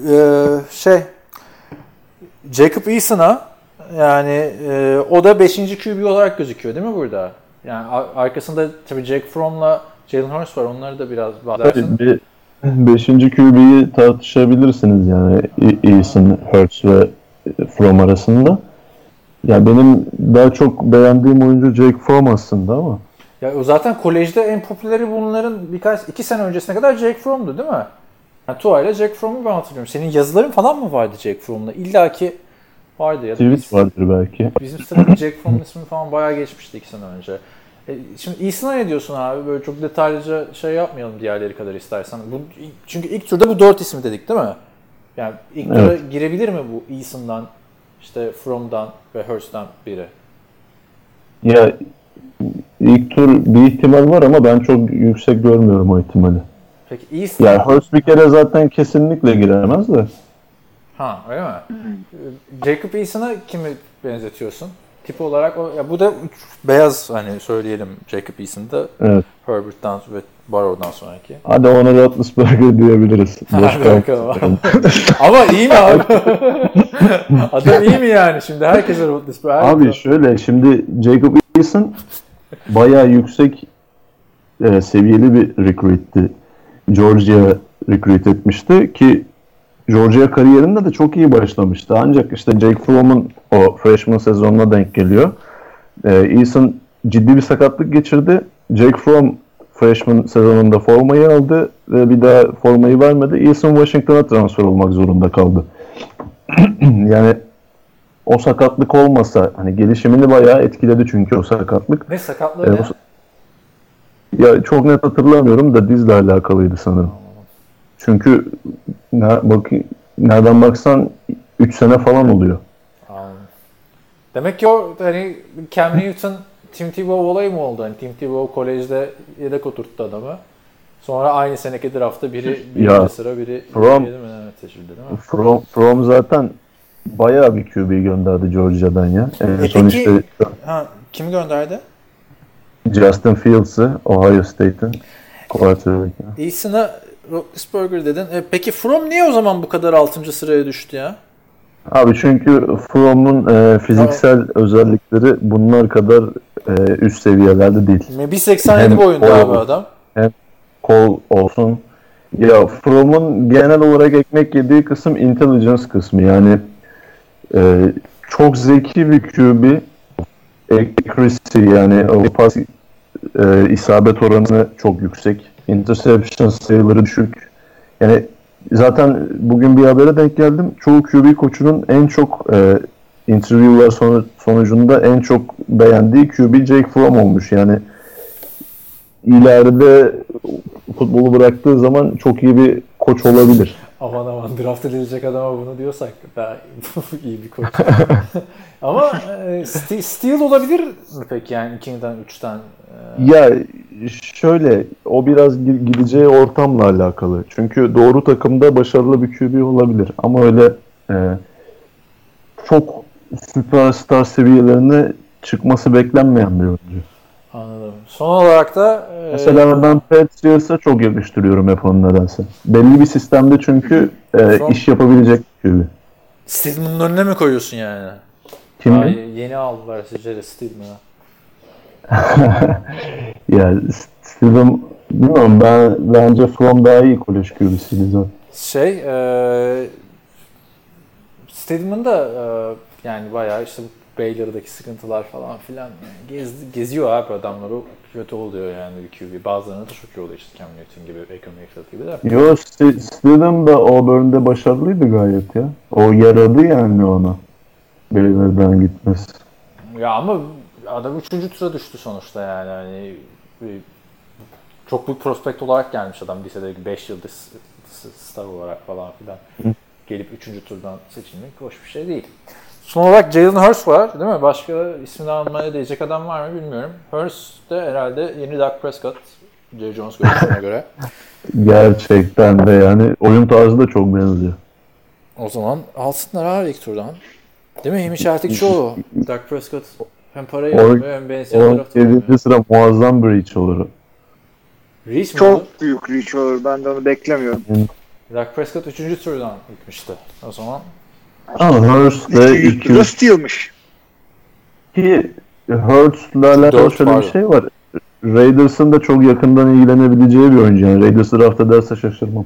Jacob Eason'a, yani o da 5. QB olarak gözüküyor değil mi burada? Yani arkasında tabii Jake Fromm'la Jalen Hurts var. Onları da biraz bahsedersin. 5. QB'yi tartışabilirsiniz yani Eason, Hurts ve Fromm arasında. Ya benim daha çok beğendiğim oyuncu Jake Fromm aslında ama. Ya o zaten kolejde en popüleri bunların 2 sene öncesine kadar Jake Fromm'du değil mi? Yani Tua ile Jake Fromm'u ben hatırlıyorum. Senin yazıların falan mı vardı Jake Fromm'la? İlla ki vardı ya. Tweet vardır belki. Bizim sitede Jake Fromm'un ismini falan bayağı geçmişti 2 sene önce. Şimdi Eason'a ne diyorsun abi? Böyle çok detaylıca şey yapmayalım diğerleri kadar istersen. Çünkü ilk turda bu 4 ismi dedik değil mi? Yani ilk tura girebilir mi bu Eason'dan, işte Fromm'dan ve Hurts'tan biri? Ya ilk tur bir ihtimal var ama ben çok yüksek görmüyorum o ihtimali. Peki Easton... Ya Hurts bir kere zaten kesinlikle giremez de. Ha öyle mi? Jacob Eason'a kimi benzetiyorsun? Tip olarak o, ya bu da beyaz, hani söyleyelim, Jacob Eason'da evet. Herbert'tan ve Burrow'dan sonraki. Hadi ona Roethlisberger diyebiliriz. Ama iyi mi abi? Adam iyi mi yani şimdi? Herkese Roethlisberger. Abi şöyle, şimdi Jacob Eason bayağı yüksek seviyeli bir recruit'ti. Georgia recruit etmişti ki Georgia kariyerinde de çok iyi başlamıştı. Ancak işte Jake Fromm'un o freshman sezonuna denk geliyor. Eason ciddi bir sakatlık geçirdi. Jake Fromm freshman sezonunda formayı aldı ve bir daha formayı vermedi. Eason Washington'a transfer olmak zorunda kaldı. Yani o sakatlık olmasa, hani gelişimini bayağı etkiledi çünkü o sakatlık. Ne sakatlığı ne? Ya çok net hatırlamıyorum da dizle alakalıydı sanırım. Çünkü nereden baksan 3 sene falan oluyor. Demek ki o hani Cam Newton, Tim Tebow olayı mı oldu? Hani Tim Tebow kolejde yedek oturttu adamı. Sonra aynı seneki draftta biri sıra biri seçildi değil mi? From zaten bayağı bir QB gönderdi Georgia'dan ya. Peki, kimi gönderdi? Justin Fields'ı Ohio State'in quarterback'i. Eason'a Roethlisberger dedin. Peki Fromm niye o zaman bu kadar 6. sıraya düştü ya? Abi çünkü Fromm'un fiziksel özellikleri bunlar kadar üst seviyelerde değil. 1.87 Hem boyunda kol- abi adam. Hem kol olsun. Ya Fromm'un genel olarak ekmek yediği kısım intelligence kısmı. Yani çok zeki bir QB, accuracy yani o pas isabet oranı çok yüksek. Interception sayıları düşük. Yani zaten bugün bir habere denk geldim. Çoğu QB koçunun en çok interview'lar sonucunda en çok beğendiği QB Jake Fromm olmuş. Yani ileride futbolu bıraktığı zaman çok iyi bir koç olabilir. Aman draft edilecek adama bunu diyorsak daha iyi bir koç. Ama Steele olabilir mi peki yani 2'den 3'ten? Ya şöyle o biraz gideceği ortamla alakalı. Çünkü doğru takımda başarılı bir QB olabilir. Ama öyle çok süperstar seviyelerine çıkması beklenmeyen bir oyuncu. Anladım. Son olarak da Mesela ben Patriots'a çok yakıştırıyorum hep onu nedense. Belli bir sistemde çünkü iş yapabilecek bir QB. Stidham'ın önüne mi koyuyorsun yani? Kimi? Yeni aldılar Jerry Stidham'ı. Ya Stidham bilmiyorum bence Fromm daha iyi kolej QB'siydi zaten. Stidham'ın da yani bayağı işte Baylor'daki sıkıntılar falan filan geziyor abi adamlar, o kötü oluyor yani bir QB. Bazılarına da çok iyi oluyor işte Cam Newton gibi, Baker Mayfield gibi de. Yo Stidham da o bölümde başarılıydı gayet ya. O yaradı yani ona. Baylor'dan gitmesi. Ya ama adam 3. tura düştü sonuçta yani. Hani çok büyük prospekt olarak gelmiş adam lisedeki 5 yıldız star olarak falan filan. Gelip 3. turdan seçilmek hoş bir şey değil. Son olarak Jalen Hurts var değil mi? Başka ismini almaya değecek adam var mı bilmiyorum. Hurts de herhalde yeni Dak Prescott. Jerry Jones görüşüne göre. Gerçekten de yani oyun tarzı da çok benziyor. O zaman alsınlar abi ilk turdan. Değil mi? Himiş Ertikçioğlu. Dak Prescott hem parayı yapmıyor hem benziyor tarafta. 17. sıra muazzam bir reach olur. Reach mi Çok olur? büyük reach olur. Ben de onu beklemiyorum. Dak Prescott 3. turdan gitmişti. O zaman Ama Hurts'le 300 steal'mış. ki Hurts'la alakalı Dört şöyle pardon. bir şey var. Raiders'ın da çok yakından ilgilenebileceği bir oyuncu. Yani Raiders draft ederse şaşırmam.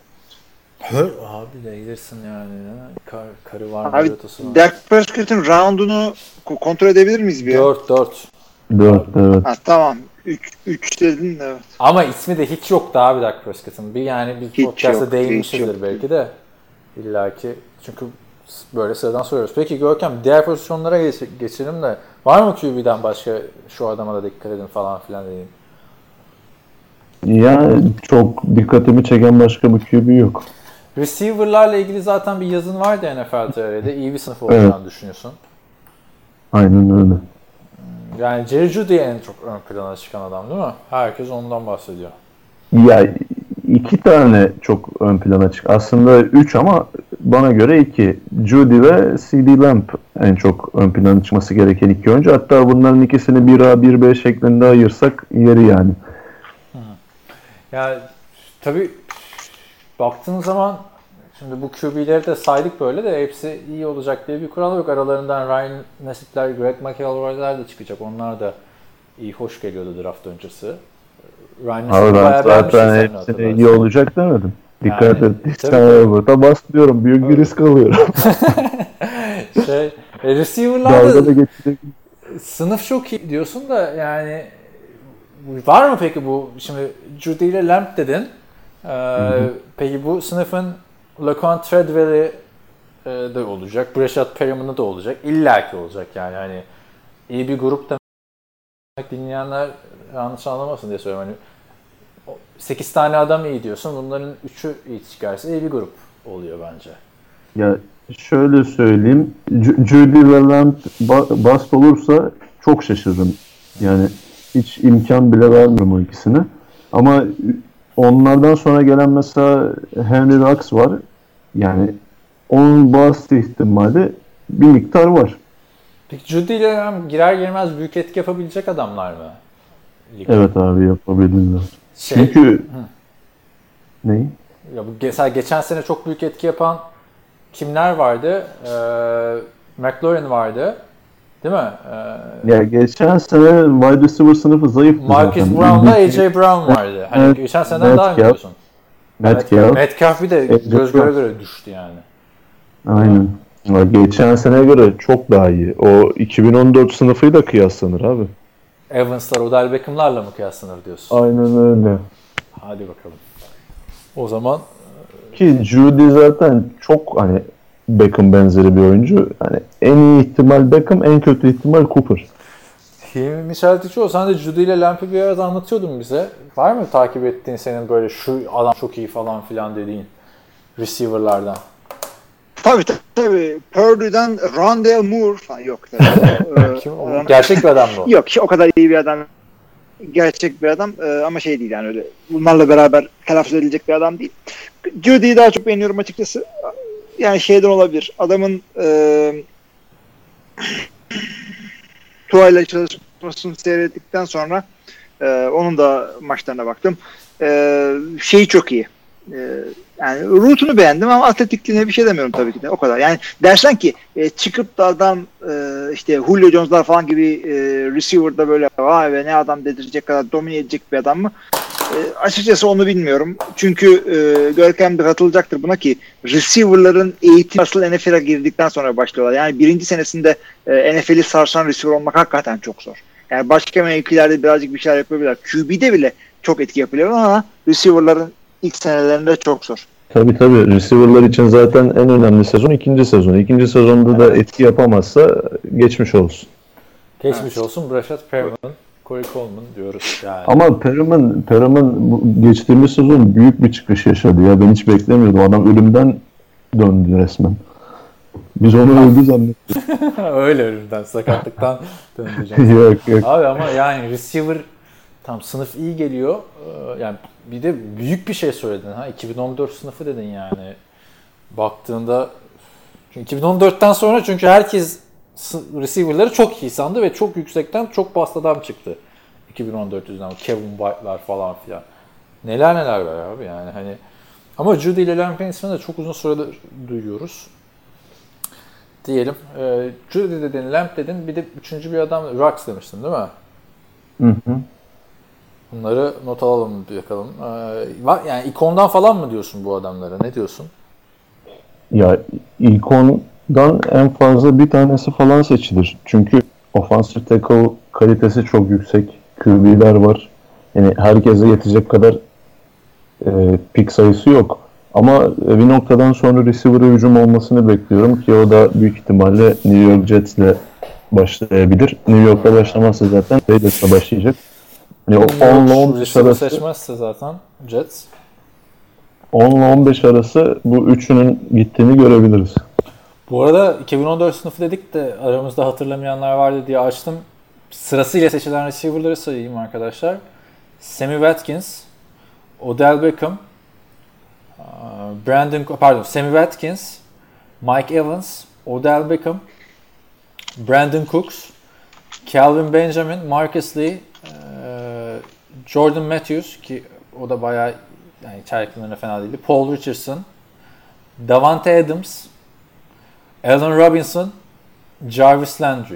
abi değilirsin yani. Karı var mı? Abi Dak Prescott'ın round'unu kontrol edebilir miyiz bir ya? 4. 4 evet. Ha, tamam. 3 dedin de evet. Ama ismi de hiç yoktu abi Dak Prescott'ın. Bir yani bir Hiç podcast'ta yok, değinmişizdir hiç yok. belki de. İlla ki. Çünkü böyle sıradan soruyoruz. Peki Görkem diğer pozisyonlara geçelim de var mı QB'den başka şu adama da dikkat edin falan filan diyeyim. Yani çok dikkatimi çeken başka bir QB yok. Receiver'larla ilgili zaten bir yazın vardı NFL TR'de. İyi bir sınıf olacağını düşünüyorsun. Aynen öyle. Yani Jerry Jeudy en çok ön plana çıkan adam değil mi? Herkes ondan bahsediyor. Ya 2 tane çok ön plana çık. Aslında 3 ama bana göre 2. Jeudy ve CeeDee Lamb en çok ön plana çıkması gereken 2 oyuncu. Hatta bunların ikisini 1A 1B şeklinde ayırsak yeri yani. Yani tabii baktığın zaman şimdi bu QB'leri de saydık böyle de hepsi iyi olacak diye bir kural yok. Aralarından Ryan Nassib'ler, Greg McElroy'lar da çıkacak. Onlar da iyi, hoş geliyordu draft öncesi. Ryan Nassib'i Abi ben bayağı beğenmiştin zaten sen hepsine hatırlarsın. iyi olacak demedim. Dikkat Yani, et. tabii, Sen burada bastırıyorum. Büyük bir risk alıyorum. Receiver'larda Dalga da geçecek. sınıf çok iyi diyorsun da yani var mı peki bu? Şimdi Jeudy ile Lamb dedin. Peki bu sınıfın Laquan Treadwell'i de olacak. Breshad Perriman'ı da olacak. İlla ki olacak yani. Hani iyi bir grup demek, dinleyenler yanlış anlamasın diye söylüyorum. Hani 8 tane adam iyi diyorsun. Bunların 3'ü iyi çıkarsa iyi bir grup oluyor bence. Ya şöyle söyleyeyim. Jeudy ve Lamb bast olursa çok şaşırırım. Yani hiç imkan bile vermiyorum o ikisine. Ama onlardan sonra gelen mesela Henry Ruggs var. Yani onun bast ihtimali bir miktar var. Peki Jeudy ile Lamb girer girmez büyük etki yapabilecek adamlar mı? Evet abi yapabilirler. Çünkü neyi? Ya bu mesela geçen sene çok büyük etki yapan kimler vardı? McLaurin vardı. Değil mi? Ya geçen sene wide receiver sınıfı zayıftı Marcus zaten. Brown'la A.J. Brown vardı. Hani Evet, geçen seneden daha iyi Metcalf. biliyorsun. Metcalf bir de göz göre göre düştü yani. Aynen. Ya geçen seneye göre çok daha iyi. O 2014 sınıfıyla kıyaslanır abi. Evans'lar, Odell Beckham'larla mı kıyaslanır diyorsun? Aynen öyle. Hadi bakalım. O zaman Ki Judy zaten çok hani Beckham benzeri bir oyuncu. Hani en iyi ihtimal Beckham, en kötü ihtimal Cooper. Hilmi Çeltikçioğlu, sen de Judy ile Lamp'i bir arada anlatıyordun bize. Var mı takip ettiğin senin böyle şu adam çok iyi falan filan dediğin receiver'lardan? Tabii. Purdue'dan Rondale Moore falan yok. Tabii. Kim o? Gerçek bir adam mı o? Yok, o kadar iyi bir adam. Gerçek bir adam ama şey değil yani öyle. Bunlarla beraber telaffuz edilecek bir adam değil. Judy'yi daha çok beğeniyorum açıkçası. Yani şeyden olabilir. Adamın Tuğa'yla çalışmasını seyrettikten sonra onun da maçlarına baktım. Şeyi çok iyi. Yani rootunu beğendim ama atletikliğine bir şey demiyorum tabii ki de. O kadar. Yani dersen ki çıkıp da adam işte Julio Jones'lar falan gibi receiver'da böyle vay be ne adam dedirecek kadar domine edecek bir adam mı? Açıkçası onu bilmiyorum. Çünkü Görkem de katılacaktır buna ki receiver'ların eğitim asıl NFL'e girdikten sonra başlıyorlar. Yani birinci senesinde NFL'i sarsan receiver olmak hakikaten çok zor. Yani başka mevkilerde birazcık bir şeyler yapabilirler. QB'de bile çok etki yapabilirler ama receiver'ların ilk senelerinde çok zor. Tabii. Receiver'lar için zaten en önemli sezon ikinci sezon. İkinci sezonda da etki yapamazsa geçmiş olsun. Geçmiş olsun Brashad Perriman, Corey Coleman diyoruz yani. Ama Perriman geçtiğimiz sezon büyük bir çıkış yaşadı ya. Ben hiç beklemiyordum. Adam ölümden döndü resmen. Biz onu öldü zannettik. Öyle ölümden, sakatlıktan döndüreceğim. Yok. Abi ama yani receiver tam sınıf iyi geliyor. Yani bir de büyük bir şey söyledin ha. 2014 sınıfı dedin yani. Baktığında çünkü 2014'ten sonra çünkü herkes receiver'ları çok iyi sandı ve çok yüksekten çok bast adam çıktı. 2014 yüzünden Kevin White'lar falan filan. Neler var abi yani hani. Ama Judy ile Lamp'in ismini de çok uzun süredir duyuyoruz. Diyelim. Judy dedin, Lamp dedin. Bir de üçüncü bir adam Rux demiştin değil mi? Hı. Bunları not alalım bakalım. Yani ikondan falan mı diyorsun bu adamlara? Ne diyorsun? Ya ikondan en fazla bir tanesi falan seçilir. Çünkü offensive tackle kalitesi çok yüksek. QB'ler var. Yani herkese yetecek kadar pick sayısı yok. Ama bir noktadan sonra receiver'a hücum olmasını bekliyorum ki o da büyük ihtimalle New York Jets'le başlayabilir. New York'ta başlamazsa zaten Raiders'la başlayacak. Yani 10 ile 15 arası seçmezse zaten Jets. 10 ile 15 arası bu üçünün gittiğini görebiliriz. Bu arada 2014 sınıfı dedik de aramızda hatırlamayanlar vardı diye açtım. Sırasıyla seçilen receiver'ları sayayım arkadaşlar. Sammy Watkins, Odell Beckham, Sammy Watkins, Mike Evans, Odell Beckham, Brandon Cooks, Calvin Benjamin, Marcus Lee, Jordan Matthews ki o da bayağı yani çaylaklarına fena değildi. Paul Richardson, Davante Adams, Allen Robinson, Jarvis Landry.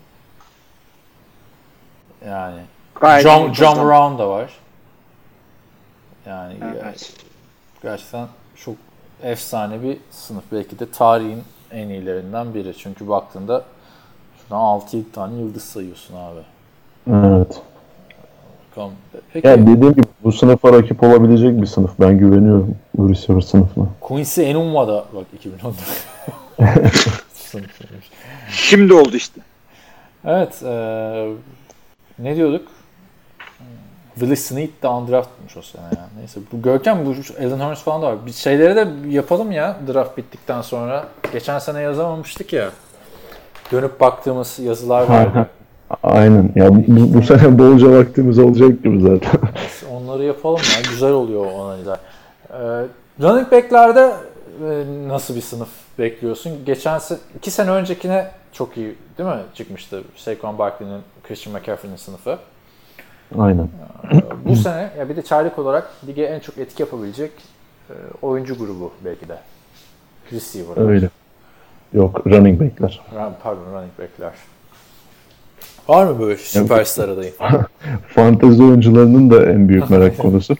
Yani John Brown da var. Yani gerçekten çok efsane bir sınıf. Belki de tarihin en iyilerinden biri. Çünkü baktığında şuradan 6-7 tane yıldız sayıyorsun abi. Evet. Peki. Yani dediğim gibi bu sınıfa rakip olabilecek bir sınıf. Ben güveniyorum bu receiver sınıfına. Quincy Enunwa da bak 2014 sınıfıymış. Şimdi oldu işte. Evet. Ne diyorduk? Willie Snead de undraftmış o sene ya. Neyse. Bu Görkem, bu Alan Hurns falan da var. Bir şeyleri de yapalım ya draft bittikten sonra. Geçen sene yazamamıştık ya. Dönüp baktığımız yazılar vardı. Aynen. Ya bu sene bolca vaktimiz olacak gibi zaten. Onları yapalım ya. Güzel oluyor o analizler. Running back'lerde nasıl bir sınıf bekliyorsun? Geçen 2 sene öncekine çok iyi değil mi çıkmıştı? Saquon Barkley'nin, Christian McCaffrey'nin sınıfı. Aynen. Bu sene ya bir de çaylak olarak lige en çok etki yapabilecek oyuncu grubu belki de. Receiver. Öyle. Yok, running back'ler. Pardon, running back'ler. Var mı böyle süperstar adayı? Fantezi oyuncularının da en büyük merak konusu.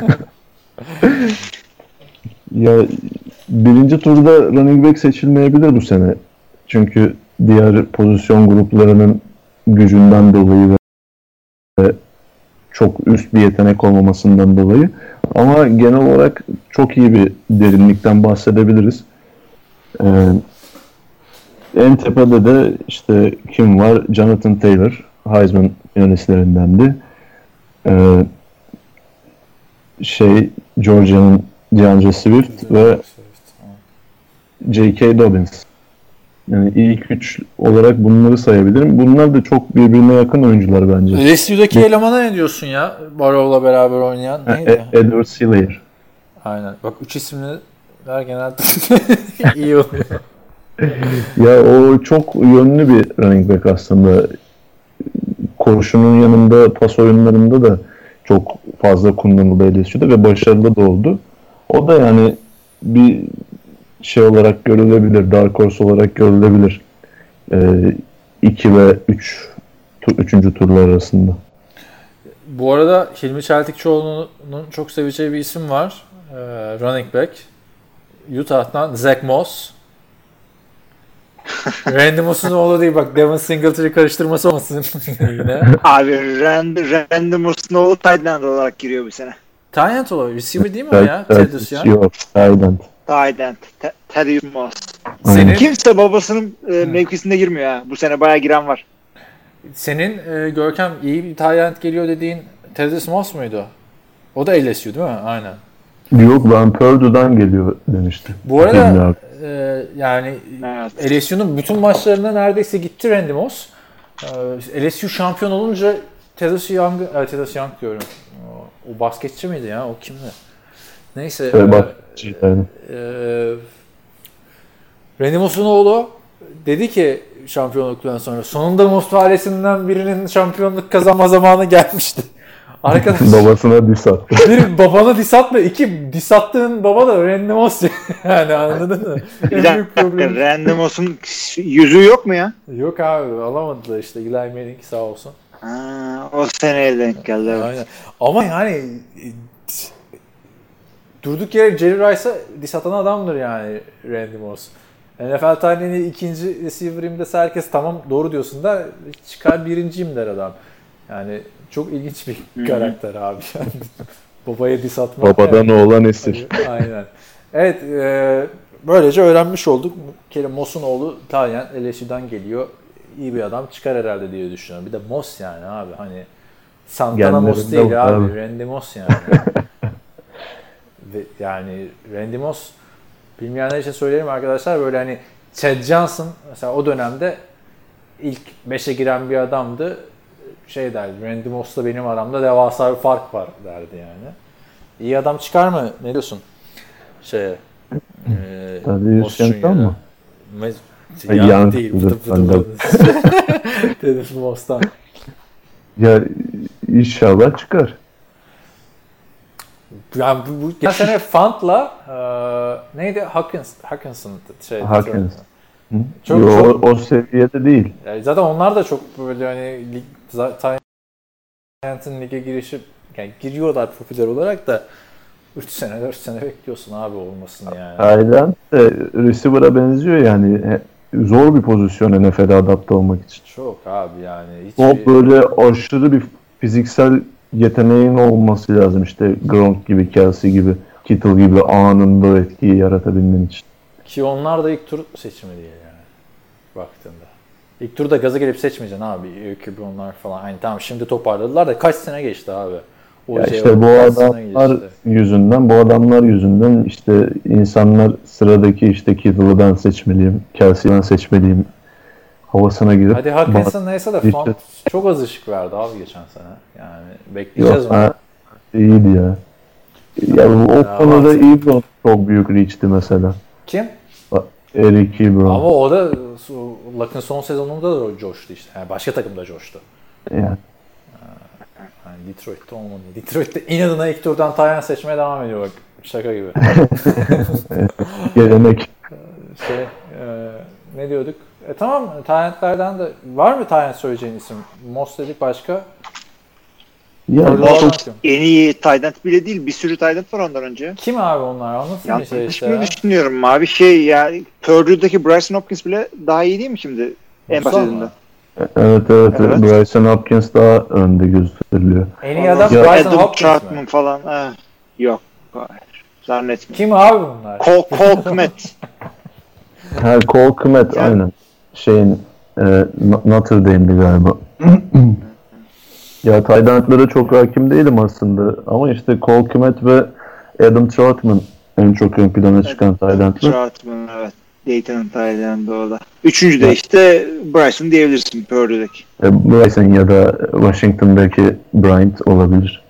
Ya birinci turda running back seçilmeyebilir bu sene. Çünkü diğer pozisyon gruplarının gücünden dolayı ve çok üst bir yetenek olmamasından dolayı. Ama genel olarak çok iyi bir derinlikten bahsedebiliriz. En tepede de işte kim var? Jonathan Taylor, Heisman finalistlerindendi. Georgia'nın DeAndre Swift ve J.K. Dobbins. Yani ilk üç olarak bunları sayabilirim. Bunlar da çok birbirine yakın oyuncular bence. LSU'daki elemana ne diyorsun ya? Barrow'la beraber oynayan neydi? Edward Selaire. Aynen. Bak 3 isimler genelde iyi oluyor. Ya o çok yönlü bir running back aslında. Koşunun yanında pas oyunlarında da çok fazla kullanıldı LSU'da ve başarılı da oldu. O da yani bir şey olarak görülebilir, dark horse olarak görülebilir. 2 ve 3. turlar arasında. Bu arada Hilmi Çeltikçioğlu'nun çok seveceği bir isim var. Running back. Utah'tan Zach Moss. Randy Moss'un oğlu değil bak. Devin Singletary karıştırması olmasın yine. Abi Randy Moss'un oğlu tight end olarak giriyor bu sene. Tight end olarak. Receiver değil mi o ya? Tedus ya. Yok, tight end. Tight end. Thaddeus Moss. Senin, Kimse babasının mevkisinde girmiyor ha. Bu sene bayağı giren var. senin Görkem iyi bir tight end geliyor dediğin Tedus Moss muydu? O da LSU değil mi? Aynen. Yok, ben Purdue'dan geliyor demiştim. Bu arada yani Evet. LSU'nun bütün maçlarına neredeyse gitti Randy Moss. LSU şampiyon olunca Tedus Young diyorum. O basketçi miydi ya? O kimdi? Neyse. Yani. Randy Moss'un oğlu dedi ki şampiyonluktan sonra sonunda Moss ailesinden birinin şampiyonluk kazanma zamanı gelmişti. Arkadaş Babasına diss attı. bir babana diss atma. İki diss attığın baba da Randy Moss yani anladın mı? Bir dakika, Randy Moss'un yüzüğü yok mu ya? Yok abi alamadılar işte Eli Manning sağ olsun. O seneye denk geldi. Evet. Aynen. Ama yani durduk yere Jerry Rice'a diss atan adamdır yani Randy Moss. NFL tarihinin ikinci receiver'im dese herkes tamam doğru diyorsun da çıkar birinciyim der adam. Yani çok ilginç bir karakter abi. Yani babaya diss atmak. Babadan oğlan esir. Aynen. Evet böylece öğrenmiş olduk. Kerem Moss'un oğlu Talyan LSU'dan geliyor. İyi bir adam çıkar herhalde diye düşünüyorum. Bir de Moss yani abi hani Santana Moss değil abi. Randy Moss yani. Ve yani Randy Moss bilmeyenler için söyleyelim arkadaşlar böyle hani Chad Johnson mesela o dönemde ilk 5'e giren bir adamdı. Şey derdi Randy Moss'la benim aramda devasa bir fark var derdi yani. İyi adam çıkar mı? Ne diyorsun? Moss mı? Young değil. Dedim Moss'tan. Ya inşallah çıkar. Yani bu geçen sene Fant'la neydi? Hawkinson çok o seviyede değil. Yani zaten onlar da çok böyle hani Giants'ın lige girişi yani giriyorlar popüler olarak da 3 sene 4 sene bekliyorsun abi olmasın yani. Aynen. Receiver'a benziyor yani. Zor bir pozisyon NFL'e adapte olmak için. Çok abi yani. O böyle aşırı bir fiziksel yeteneğin olması lazım işte Gronk gibi, Kelsey gibi, Kittle gibi anında o etkiyi yaratabilmen için. Ki onlar da ilk tur seçimi değil yani baktığında. İlk turda gaza gelip seçmeyeceksin abi. QB'onlar falan. Hani tamam şimdi toparladılar da kaç sene geçti abi. Ya işte bu adamlar yüzünden işte insanlar sıradaki işte Kittle'ı ben seçmeliyim, Kelsey'i ben seçmeliyim havasına girip. Hadi Hawkinson neyse de Fant çok az ışık verdi abi geçen sene. Yani bekleyeceğiz onu. İyiydi ya. Ya o konuda Ebron çok büyük reach'ti mesela. Kim? Eric Ebron. Ama o da Luck'ın son sezonunda da coştu işte. Yani başka takımda coştu. Yani. Yani Detroit'te olmadı. Detroit'te inadına ilk turdan Tayland seçmeye devam ediyor bak. Şaka gibi. Gelenek. Ne diyorduk? Tamam, Tayland'lerden de var mı Tayland söyleyeceğin isim? Moss dedik, başka? Ya çok En iyi Tayland bile değil. Bir sürü Tayland var ondan önce. Kim abi onlar? Anlatsana Yanlış bize işte ya. düşünüyorum abi. Yani Purdue'daki Bryson Hopkins bile daha iyi değil mi şimdi? En basitinden. evet. Bryson Hopkins daha önde gösteriliyor. En iyi adam Ya Bryson Adam Hopkins Troutman mi? falan. Yok. Hayır. Zannetmiyorum. Kim abi bunlar? Cole Kmet. Cole Kmet aynen. Notre Dame'di galiba. Ya Tayland'lara çok hakim değilim aslında. Ama işte Cole Kmet ve Adam Troutman en çok ön plana çıkan Tayland'lar. Troutman, evet. Dayton'ın Tayland'ı o da. Üçüncü de işte Bryson diyebilirsin Purdue'daki. Bryson ya da Washington'daki Bryant olabilir.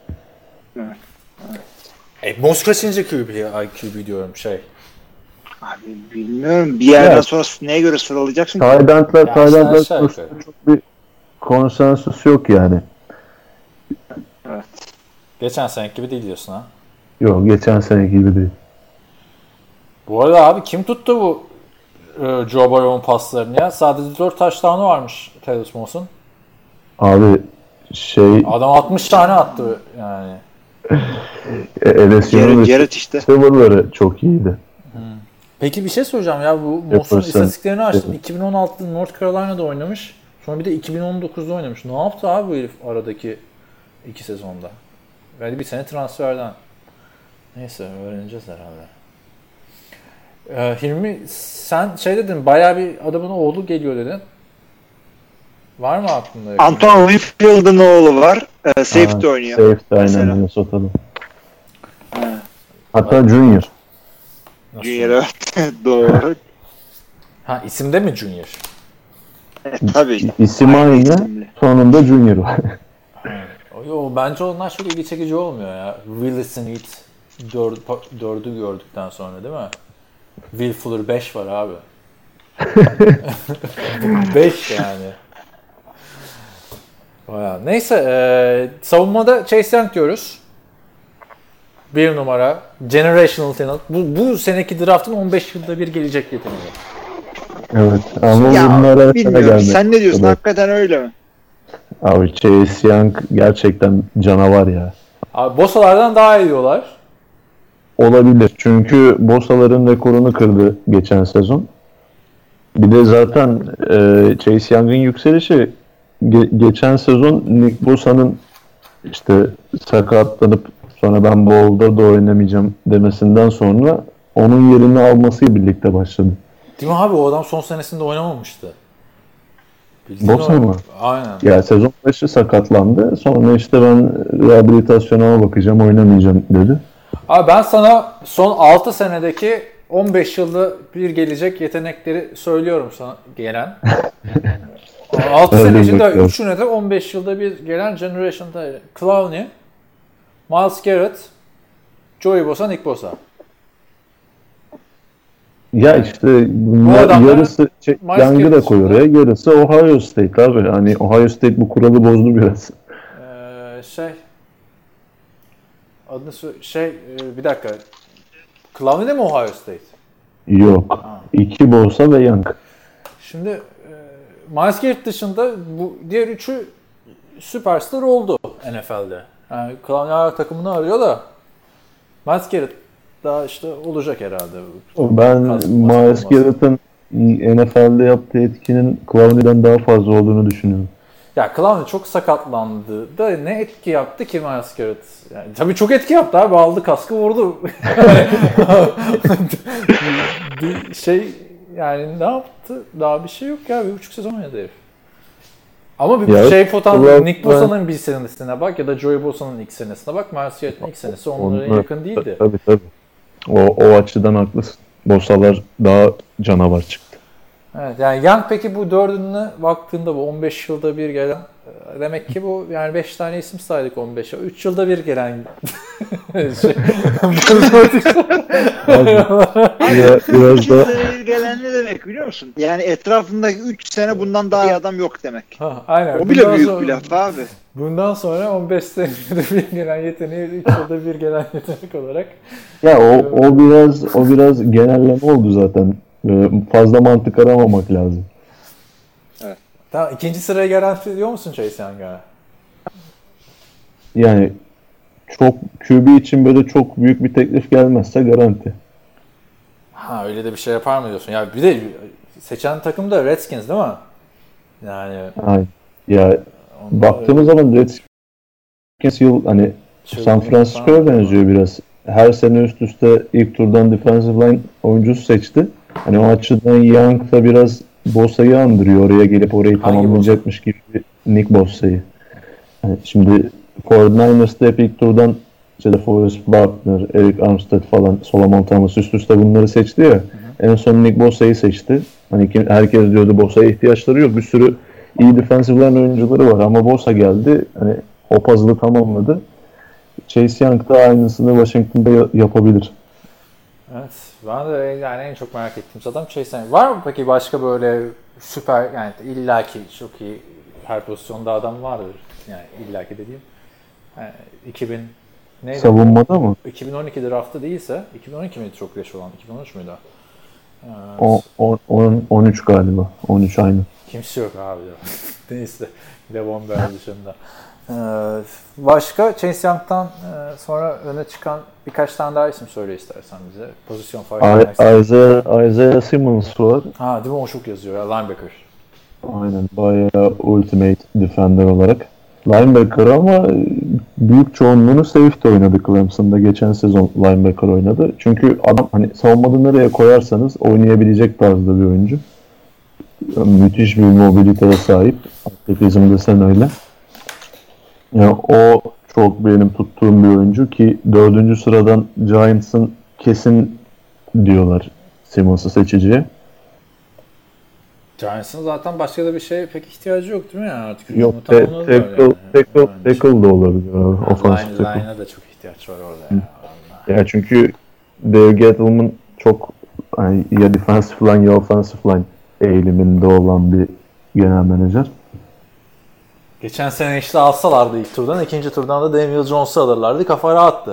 Moss kaçıncı QB diyorum Abi bilmiyorum. Bir yerden sonra neye göre sıralayacaksın? Tayland'lar aşağı konusunda çok bir konsensus yok yani. Evet. Geçen seneki gibi değil diyorsun ha. Yok, geçen sene gibi değil. Bu arada abi kim tuttu bu Joe Burrow'un paslarını ya? Sadece 4 touchdown'u varmış Taylor Moss'un. Abi Adam 60 tane attı yani. LSU'nun Garrett işte. receiver'ları çok iyiydi. Peki bir şey soracağım ya, bu Moss'un istatistiklerini açtım. 2016'da North Carolina'da oynamış. Sonra bir de 2019'da oynamış. Ne yaptı abi bu herif aradaki 2 sezonda? Yani bir sene transferden. Neyse, öğreneceğiz herhalde. Hilmi, sen dedin, bayağı bir adamın oğlu geliyor dedin. Var mı aklında? Anton Winfield'ın oğlu var. Safety oynuyor. Safety aynen Minnesota'da. Hatta Junior. Junior, evet. Doğru. İsimde mi Junior? Tabii. İsim aynı. Sonunda Junior var. Yo, bence onlar çok ilgi çekici olmuyor ya. Willis'in ilk 4'ü gördükten sonra değil mi? Will Fuller 5 var abi. 5 yani. Bayağı. Neyse, savunmada Chase Young diyoruz. 1 numara. Generational talent. Bu seneki draftın 15 yılda bir gelecek yeteneği. Evet. Ama bunlara bilmiyorum. gelmek. Sen ne diyorsun? Evet. Hakikaten öyle mi? Abi Chase Young gerçekten canavar ya. Abi Bosa'lardan daha iyi diyorlar. Olabilir. Çünkü Bosa'ların rekorunu kırdı geçen sezon. Bir de zaten Chase Young'ın yükselişi geçen sezon Nick Bosa'nın işte sakatlanıp sonra ben bu Bowl'da da oynamayacağım demesinden sonra onun yerini almasıyla birlikte başladı. Değil mi abi? O adam son senesinde oynamamıştı. Bosa mı? Aynen. Ya sezon başı sakatlandı. Sonra işte ben rehabilitasyona bakacağım, oynamayacağım dedi. Abi ben sana son 6 senedeki 15 yılda bir gelecek yetenekleri söylüyorum sana gelen. 6 sene içinde 3'üne de 15 yılda bir gelen Generation'da Clowney, Myles Garrett, Joey Bosa, Nick Bosa. Ya işte bunlar yarısı Young'ı da koy oraya, yarısı Ohio State abi. Hani Ohio State bu kuralı bozdu biraz. Adını bir dakika. Clowney de mi Ohio State? Yok. 2 Bosa ve Young. Şimdi Myles Garrett dışında bu diğer üçü süperstar oldu NFL'de. Yani Clowney takımını arıyor da Myles Garrett daha işte olacak herhalde. Ben Myles Garrett'ın NFL'de yaptığı etkinin Clowney'den daha fazla olduğunu düşünüyorum. Ya Clowney çok sakatlandı da ne etki yaptı ki Myles Garrett? Yani, tabii çok etki yaptı abi. Aldı kaskı vurdu. Yani ne yaptı? Daha bir şey yok ya. 1,5 sezon oynadı herif. Ama bir potansiyel. Nick Bosa'nın bir senesine bak ya da Joey Bosa'nın ilk senesine bak. Myles Garrett'in ilk senesi onlara yakın değildi. Tabii. O açıdan haklısın. Bosa'lar daha canavar çıktı. Evet, yani Young peki bu dördününe baktığında bu 15 yılda bir gelen demek ki bu yani 5 tane isim saydık 15'e. 3 yılda bir gelen biraz da gelen ne demek biliyor musun? Yani etrafındaki 3 sene bundan daha iyi adam yok demek. Ha, aynen. O bile büyük bir laf abi. Bundan sonra 15 senede bir gelen yeteneği 3 yılda bir gelen yetenek olarak. Ya o biraz genelleme oldu zaten. Fazla mantık aramamak lazım. Tamam, ikinci sıraya garanti ediyor musun Chase Young'a? Yani çok QB için böyle çok büyük bir teklif gelmezse garanti. Ha, öyle de bir şey yapar mı diyorsun? Ya bir de seçen takım da Redskins değil mi? Yani Aynen. Ya baktığımız zaman Redskins yıl hani San Francisco'ya benziyor biraz. Her sene üst üste ilk turdan defensive line oyuncusu seçti. Hani o açıdan Young da biraz Bosa'yı andırıyor. Oraya gelip orayı tamamlayacakmış gibi Nick Bosa'yı. Yani şimdi 49ers'da hep ilk turdan işte Forrest Buckner, Eric Armstead falan, Solomon Thomas üst üste bunları seçti ya. En son Nick Bosa'yı seçti. Hani herkes diyordu Bosa'ya ihtiyaçları yok. Bir sürü iyi defensive line oyuncuları var ama Bosa geldi. Hani o puzzle'ı tamamladı. Chase Young da aynısını Washington'da yapabilir. evet. Ben de yani en çok merak ettiğim adam Chase Young. Var mı peki başka böyle süper, yani illaki çok iyi her pozisyonda adam vardır. Yani illaki dediğim. Yani 2000 neydi? Savunmada mı? 2012 draftı değilse 2012 miydi çok geç olan? 2013 müydü? 13 galiba. 13 aynı. Kimse yok abi. Neyse. Levon Bell dışında. Başka Chase Young'tan sonra öne çıkan birkaç tane daha isim söyle istersen bize. Pozisyon farkı. Isaiah Simmons var. Ha, değil mi? O çok yazıyor ya. Linebacker. Aynen. Bayağı ultimate defender olarak. Linebacker ama büyük çoğunluğunu safety oynadı Clemson'da. Geçen sezon linebacker oynadı. Çünkü adam hani savunmada nereye koyarsanız oynayabilecek tarzda bir oyuncu. Müthiş bir mobiliteye sahip. Atletizmde sen öyle. Yani o çok benim tuttuğum bir oyuncu ki 4. sıradan Giants'ın kesin diyorlar Simmons'ı seçiciye. Giants'ın zaten başka da bir şeye pek ihtiyacı yok değil mi yani artık? Yok, tackle da olabilir. Offensive tackle. Line'a da çok ihtiyaç var orada. Ya çünkü Dave Gettleman çok hani ya defensive line ya offensive line eğiliminde olan bir genel menajer. Geçen sene işte alsalardı ilk turdan, ikinci turdan da Daniel Jones'u alırlardı. Kafa rahattı.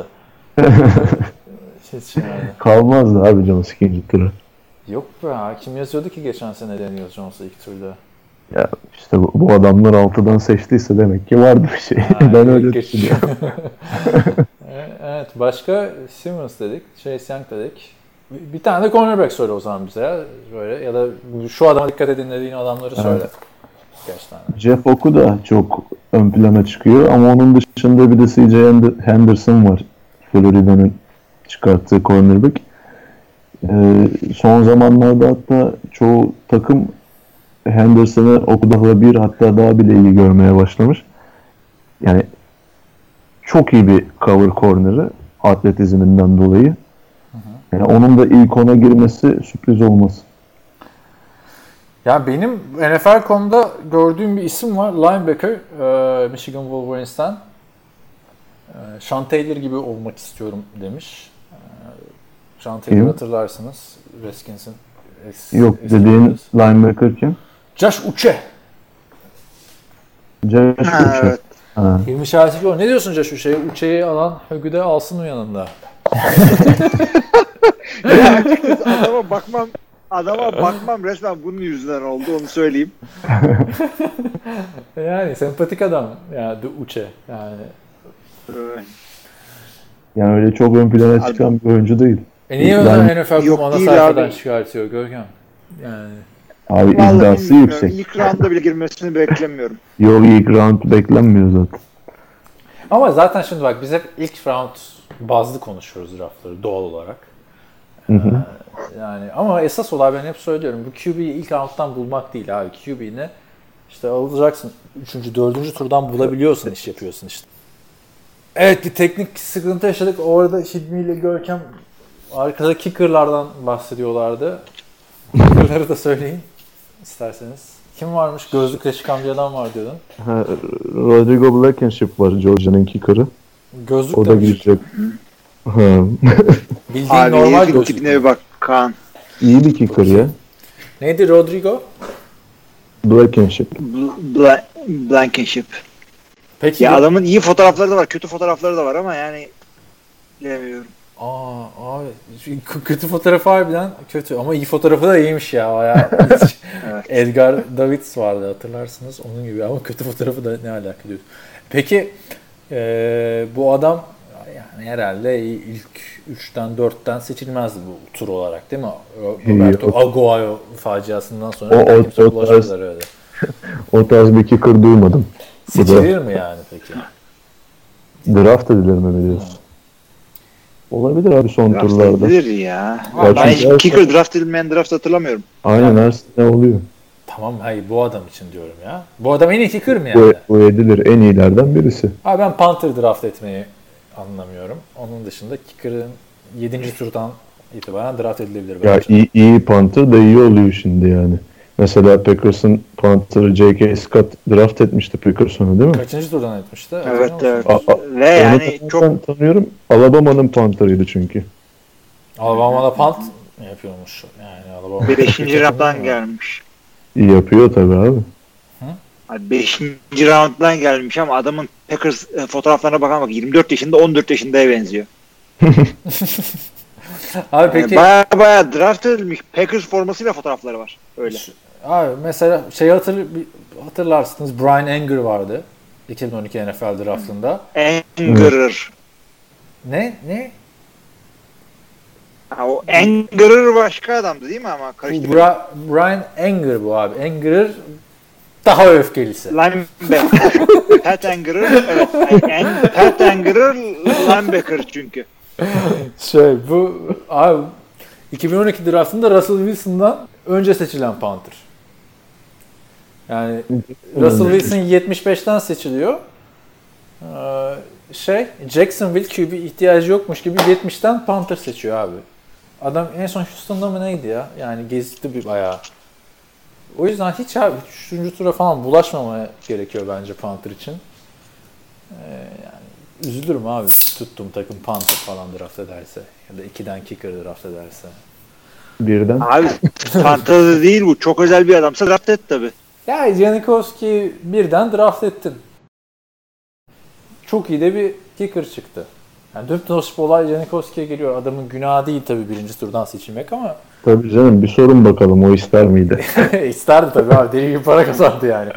Kalmazdı abi Jones ikinci tura. Yok be ya. Kim yazıyordu ki geçen sene Daniel Jones'u ilk turda? Ya işte bu adamlar 6'dan seçtiyse demek ki vardı bir şey. Ben öyle düşünüyorum. Evet. Başka Simmons dedik. Chase Young dedik. Bir tane de cornerback söyle o zaman bize ya. Böyle, ya da şu adama dikkat edin dediğin adamları söyle. Jeff Oku da çok ön plana çıkıyor ama onun dışında bir de C.J. Henderson var. Florida'nın çıkarttığı cornerback. Son zamanlarda hatta çoğu takım Henderson'ı Oku'da bir hatta daha bile iyi görmeye başlamış. Yani çok iyi bir cover corner'ı atletizminden dolayı. Yani onun da ilk ona girmesi sürpriz olmaz. Ya benim NFL.com'da gördüğüm bir isim var. Linebacker, Michigan Wolverines'ten. Sean Taylor gibi olmak istiyorum demiş. Sean Taylor hatırlarsınız. Redskins'in Yok dediğin linebacker kim? Josh Uche. Josh Uche. Evet. Hilmi Şahisi o. Ne diyorsun Josh Uche'ye? Uche'yi alan Högü de alsın mı yanında? Ya açıkçası adama bakmam resmen bunun yüzünden oldu, onu söyleyeyim. Yani sempatik adam yani Uche yani. Yani öyle çok ön plana çıkan bir oyuncu değil. Niye NFL ana sayfadan çıkartıyor Görkem? Yani. Abi iddiası yüksek. İlk roundda bile girmesini beklemiyorum. Yok, ilk round beklenmiyor zaten. Ama zaten şimdi bak biz hep ilk round bazlı konuşuyoruz draftları doğal olarak. Yani ama esas olay ben hep söylüyorum. Bu QB'yi ilk rounddan bulmak değil abi. QB'ni işte alacaksın 3. 4. turdan bulabiliyorsun, iş yapıyorsun işte. Evet, bir teknik sıkıntı yaşadık. Orada Hilmi ile Görkem arkada kicker'lardan bahsediyorlardı. Kicker'ları da söyleyin isterseniz. Kim varmış? Gözlükle çıkan bir adam var diyordun. Rodrigo Blankenship var, Georgia'nın kicker'ı. Gözlük o da girecek. Bildiğin normal gözlük. Tipine bir bak Kaan. iyi bir kicker ya. Neydi Rodrigo? Blankenship. Blankenship. Peki. Ya adamın iyi fotoğrafları da var, kötü fotoğrafları da var ama yani bilemiyorum. Abi kötü fotoğrafı harbiden kötü ama iyi fotoğrafı da iyiymiş ya. Bayağı. Evet. Edgar Davids vardı hatırlarsınız onun gibi ama kötü fotoğrafı da ne alaka diyor. Peki bu adam yani herhalde ilk 3'ten 4'ten seçilmezdi bu tur olarak değil mi? Roberto Aguayo faciasından sonra kimse ulaşmadılar öyle. O tarz bir kicker duymadım. Seçilir mi yani peki? Draft edilir mi diyorsun? Olabilir abi son Draft turlarda. edilir ya. Ya Ben çünkü hiç kicker draft edilmeyen draft hatırlamıyorum. Aynen her sene oluyor. Tamam hayır bu adam için diyorum ya. Bu adam en iyi kicker mi yani? Bu edilir en iyilerden birisi. Abi ben punter draft etmeyi anlamıyorum. Onun dışında kicker'ın 7. turdan itibaren draft edilebilir Ya bence. iyi punter da iyi oluyor şimdi yani. Mesela Packers'ın punter'ı J.K. Scott draft etmişti Packers'ını değil mi? Kaçıncı turdan etmişti? Evet Hatırlıyor musun? evet. Ve yani Onu çok tanıyorum. Alabama'nın punter'ıydı çünkü. Alabama'da punt yapıyormuş. Yani Alabama. 5. round'dan gelmiş. İyi yapıyor tabii abi. 5. round'dan gelmiş ama adamın Packers fotoğraflarına bak 24 yaşında 14 yaşındaya benziyor. Abi peki Baya draft edilmiş. Packers formasıyla fotoğrafları var. Öyle. abi mesela hatırlarsınız Brian Anger vardı. 2012 NFL draftında. Angerer. Ne? Ha, o Angerer başka adamdı değil mi ama karıştırdım. Brian Anger bu abi. Angerer daha öfkelisi. Linebacker. Pat Angerer. Evet. Pat Angerer linebacker çünkü. Bu abi 2012 draftında Russell Wilson'dan önce seçilen punter. Yani Russell Wilson 75'ten seçiliyor. Jacksonville QB ihtiyacı yokmuş gibi 70'ten punter seçiyor abi. Adam en son Houston'da mı neydi ya? Yani gezdi bir bayağı. O yüzden hiç abi 3. tura falan bulaşmamaya gerekiyor bence punter için. Yani üzülürüm abi tuttuğum takım punter falan draft ederse ya da 2'den kicker draft ederse. Birden. Abi fantazi değil bu. Çok özel bir adamsa draft et tabi. Ya Janikowski birden draft ettin. Çok iyi de bir kicker çıktı. Yani dümdüz olay Janikowski'ye geliyor. Adamın günahı değil tabii 1. turdan seçilmek ama Tabii canım bir sorun bakalım o ister miydi? isterdi tabii abi. Deli gibi para kazandı yani.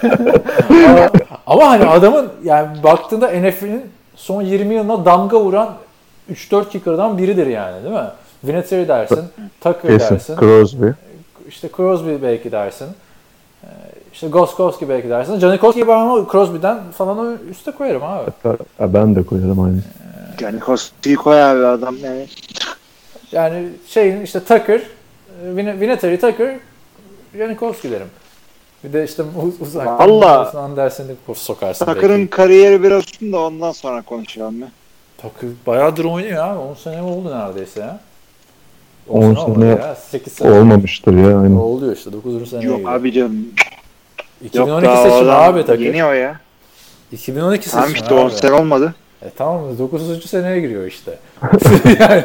ama hani adamın yani baktığında NFL'in son 20 yılına damga vuran 3-4 kicker'dan biridir yani değil mi? Vinatieri dersin, Tucker Kesin. dersin. Crosby. İşte Crosby belki dersin. İşte Gostkowski belki dersin. Janikowski'yi ben ama Crosby'den falan üste koyarım abi. Ben de koyarım aynı. Yani Kosti'yi koy abi adam yani. Yani işte Tucker, Vinatieri, Tucker, Janikowski derim. Bir de işte uzaktan Andersen'i sokarsın Tucker'ın belki. kariyeri biraz uzun da ondan sonra konuşalım ya. Tucker bayağıdır oynuyor abi. 10 sene oldu neredeyse ya. 10 sene 8 sene. olmamıştır ya. Aynı. Oluyor işte 9. seneye Yok giriyor. abi canım. 2012 seçimi abi Tucker. Yeni o ya. 2012 seçimi Tamam işte 10 abi. sene olmadı. Tamam 9. seneye giriyor işte. Yani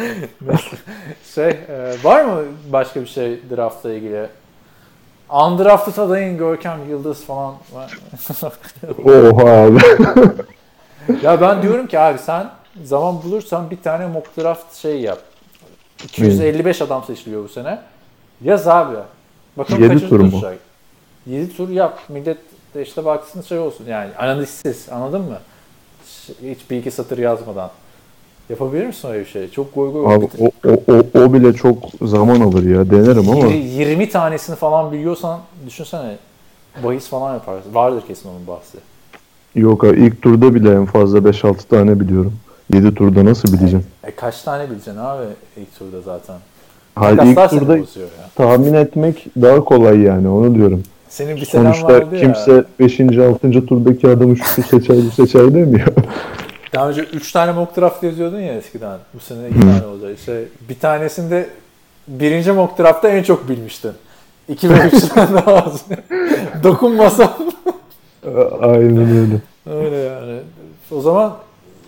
var mı başka bir şey draftla ilgili? Undrafted adayın Görkem Yıldız falan var. Oha abi. Ya ben diyorum ki abi sen zaman bulursan bir tane mock draft yap. 255 adam seçiliyor bu sene. Yaz abi. Bakalım 7 kaçıncı tur mu? tutacak. 7 tur yap. Millet de işte baksın olsun yani. Analizsiz. Anladın mı? Hiç bir iki satır yazmadan. Yapabilir misin öyle bir şey? Çok goy Abi o bile çok zaman alır ya. Denerim ama. 20 tanesini falan biliyorsan düşünsene. Bahis falan yaparsın. Vardır kesin onun bahsi. Yok abi ilk turda bile en fazla 5-6 tane biliyorum. 7 turda nasıl bileceğim? Kaç tane bileceksin abi ilk turda zaten? Hayır ilk Makaslar seni turda bozuyor ya. tahmin etmek daha kolay yani onu diyorum. Senin bir senen Sonuçta vardı ya. kimse 5. 6. turdaki adamı şu seçer bu seçer demiyor. Daha önce 3 tane mock draft yazıyordun ya eskiden. Bu sene 2 tane olacak. Bir tanesinde birinci mock draftta en çok bilmiştin. 2 ve 3'ten daha az. Dokunmasam. Aynen öyle. Öyle yani. O zaman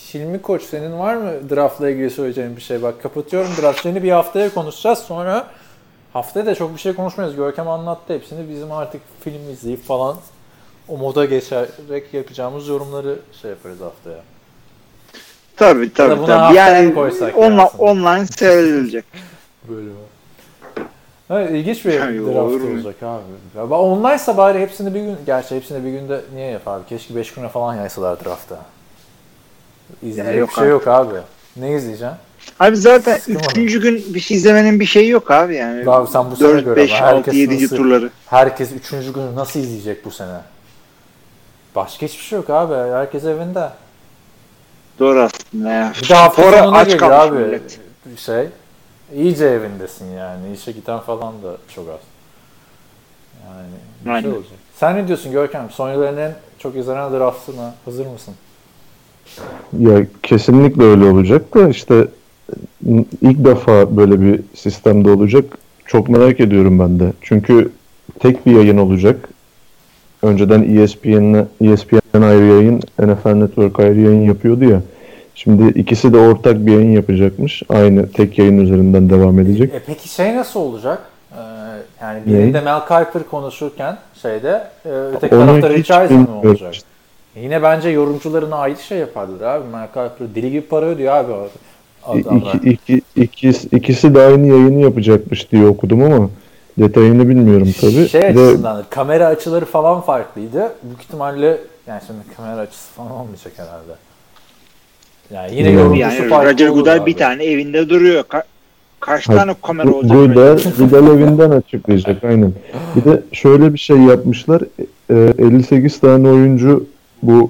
Hilmi Koç, senin var mı draftla ilgili söyleyeceğin bir şey? Bak kapatıyorum draftlarını, bir haftaya konuşacağız. Sonra haftaya da çok bir şey konuşmayız. Görkem anlattı hepsini. Bizim artık film izleyip falan o moda geçerek yapacağımız yorumları şey yaparız haftaya. Tabii. Yani online seyredilecek. Böyle. Evet, ilginç bir Yani draft olacak abi. Ya, online'sa bari hepsini bir gün, gerçi hepsini bir günde niye yap abi? Keşke 5 güne falan yaysalar draftta. İzleyecek bir şey yok abi. Ne izleyeceksin? Abi zaten 3. gün bir şey izlemenin bir şeyi yok abi yani. Abi sen bu sene 4, göre 5, 6, 7. turları. Herkes 3. günü nasıl izleyecek bu sene? Başka hiçbir şey yok abi. Herkes evinde. Doğru aslında ya. Bir de hafta sonuna aç geliyor kalmış abi. millet. İyice evindesin yani. İşe giden falan da çok az. Yani bir şey olacak. Sen ne diyorsun Görkem? Son yılların en çok izlenen draftına hazır mısın? Ya kesinlikle öyle olacak da işte ilk defa böyle bir sistemde olacak. Çok merak ediyorum ben de. Çünkü tek bir yayın olacak. Önceden ESPN ayrı yayın, NFL Network ayrı yayın yapıyordu ya. Şimdi ikisi de ortak bir yayın yapacakmış. Aynı tek yayın üzerinden devam edecek. Peki şey nasıl olacak? Yani birinde Mel Kiper konuşurken öteki tarafta Richardson mı olacak? Yine bence yorumcularına ayrı şey yaparlar abi. Mel Kiper deli gibi para ödüyor abi adamlar. İkisi de aynı yayını yapacakmış diye okudum ama detayını bilmiyorum tabii. Açısından kamera açıları falan farklıydı. Büyük ihtimalle yani şimdi kamera açısı falan olmayacak herhalde. Yani yine yorumcusu farklı Roger olur Goodell abi. bir tane evinde duruyor. Kaç tane kamera olacak? Goodell evinden açıklayacak aynen. Bir de şöyle bir şey yapmışlar. 58 tane oyuncu bu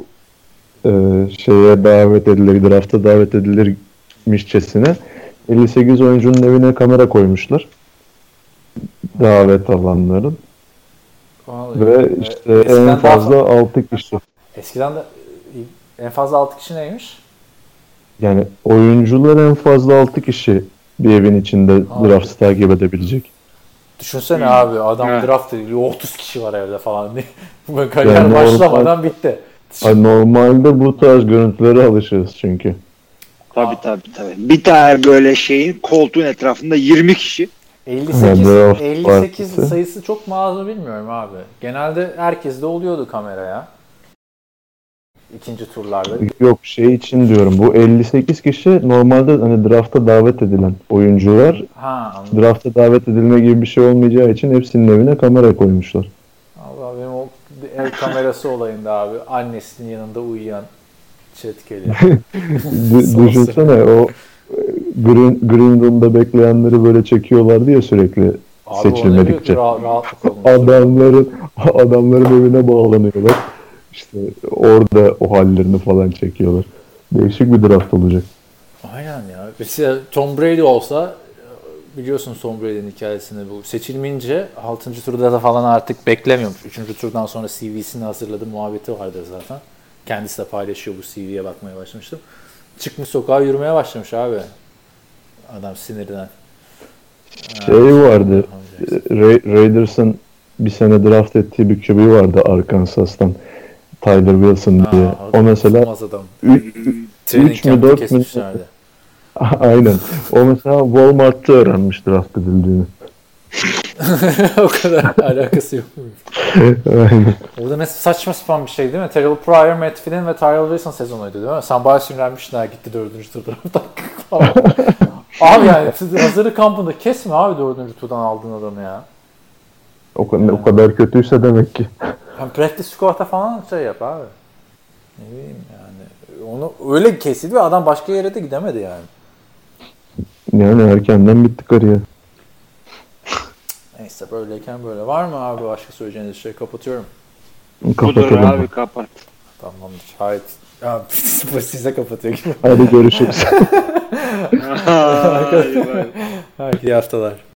davet edilir, drafta davet edilirmişçesine 58 oyuncunun evine kamera koymuşlar. Davet alanların. Vallahi. Ve işte en fazla 6 kişi. Eskiden de en fazla 6 kişi neymiş? Yani oyuncular en fazla 6 kişi bir evin içinde draft'ı takip edebilecek. Düşünsene abi adam draft ediliyor 30 kişi var evde falan diye. Bu kariyer Yani başlamadan bitti. Normalde bu tarz görüntülere alışırız çünkü. Tabii. Bir tane böyle şeyin koltuğun etrafında 20 kişi. 58 sayısı çok mu az mı bilmiyorum abi. Genelde herkeste oluyordu kameraya. İkinci turlarda. Yok şey için diyorum. Bu 58 kişi normalde hani drafta davet edilen oyuncular. Drafta davet edilme gibi bir şey olmayacağı için hepsinin evine kamera koymuşlar. Allah benim o ev kamerası olayında abi annesinin yanında uyuyan çetkeli. Düşünsene o Green Room'da bekleyenleri böyle çekiyorlardı ya sürekli abi seçilmedikçe. Adamların evine bağlanıyorlar. İşte orada o hallerini falan çekiyorlar. Değişik bir draft olacak. Aynen ya. Mesela Tom Brady olsa biliyorsun Tom Brady'nin hikayesini bu. Seçilmeyince 6. turda da falan artık beklemiyormuş. 3. turdan sonra CV'sini hazırladı muhabbeti vardır zaten. Kendisi de paylaşıyor bu CV'ye bakmaya başlamıştım. Çıkmış sokağa yürümeye başlamış abi. Adam sinirden. Vardı. Raiders'ın bir sene draft ettiği bir QB vardı Arkansas'tan. Tyler Wilson diye. O mesela 3 mü 4 mü? Aynen. O mesela Walmart'ta öğrenmiş draft edildiğini. O kadar alakası yok. Aynen. O da mesela saçma sapan bir şey değil mi? Terrell Pryor, Matt Flynn ve Tyrell Wilson sezonuydu değil mi? Sen bayağı sinirlenmiştin gitti 4. turda. Abi yani hazırlık kampında kesme abi 4. turdan aldığın adamı ya. O kadar kötüyse demek ki. Hem practice squad'a falan şey yap abi. Ne bileyim yani. Onu öyle kesildi ve adam başka yere de gidemedi yani. Yani erkenden bitti kariyer. Neyse böyleyken böyle. Var mı abi başka söyleyeceğiniz şey? Kapatıyorum. Budur abi kapat. Tamamdır. Haydi. Ya, size kapatıyor gibi. Hadi görüşürüz. Herkese iyi haftalar.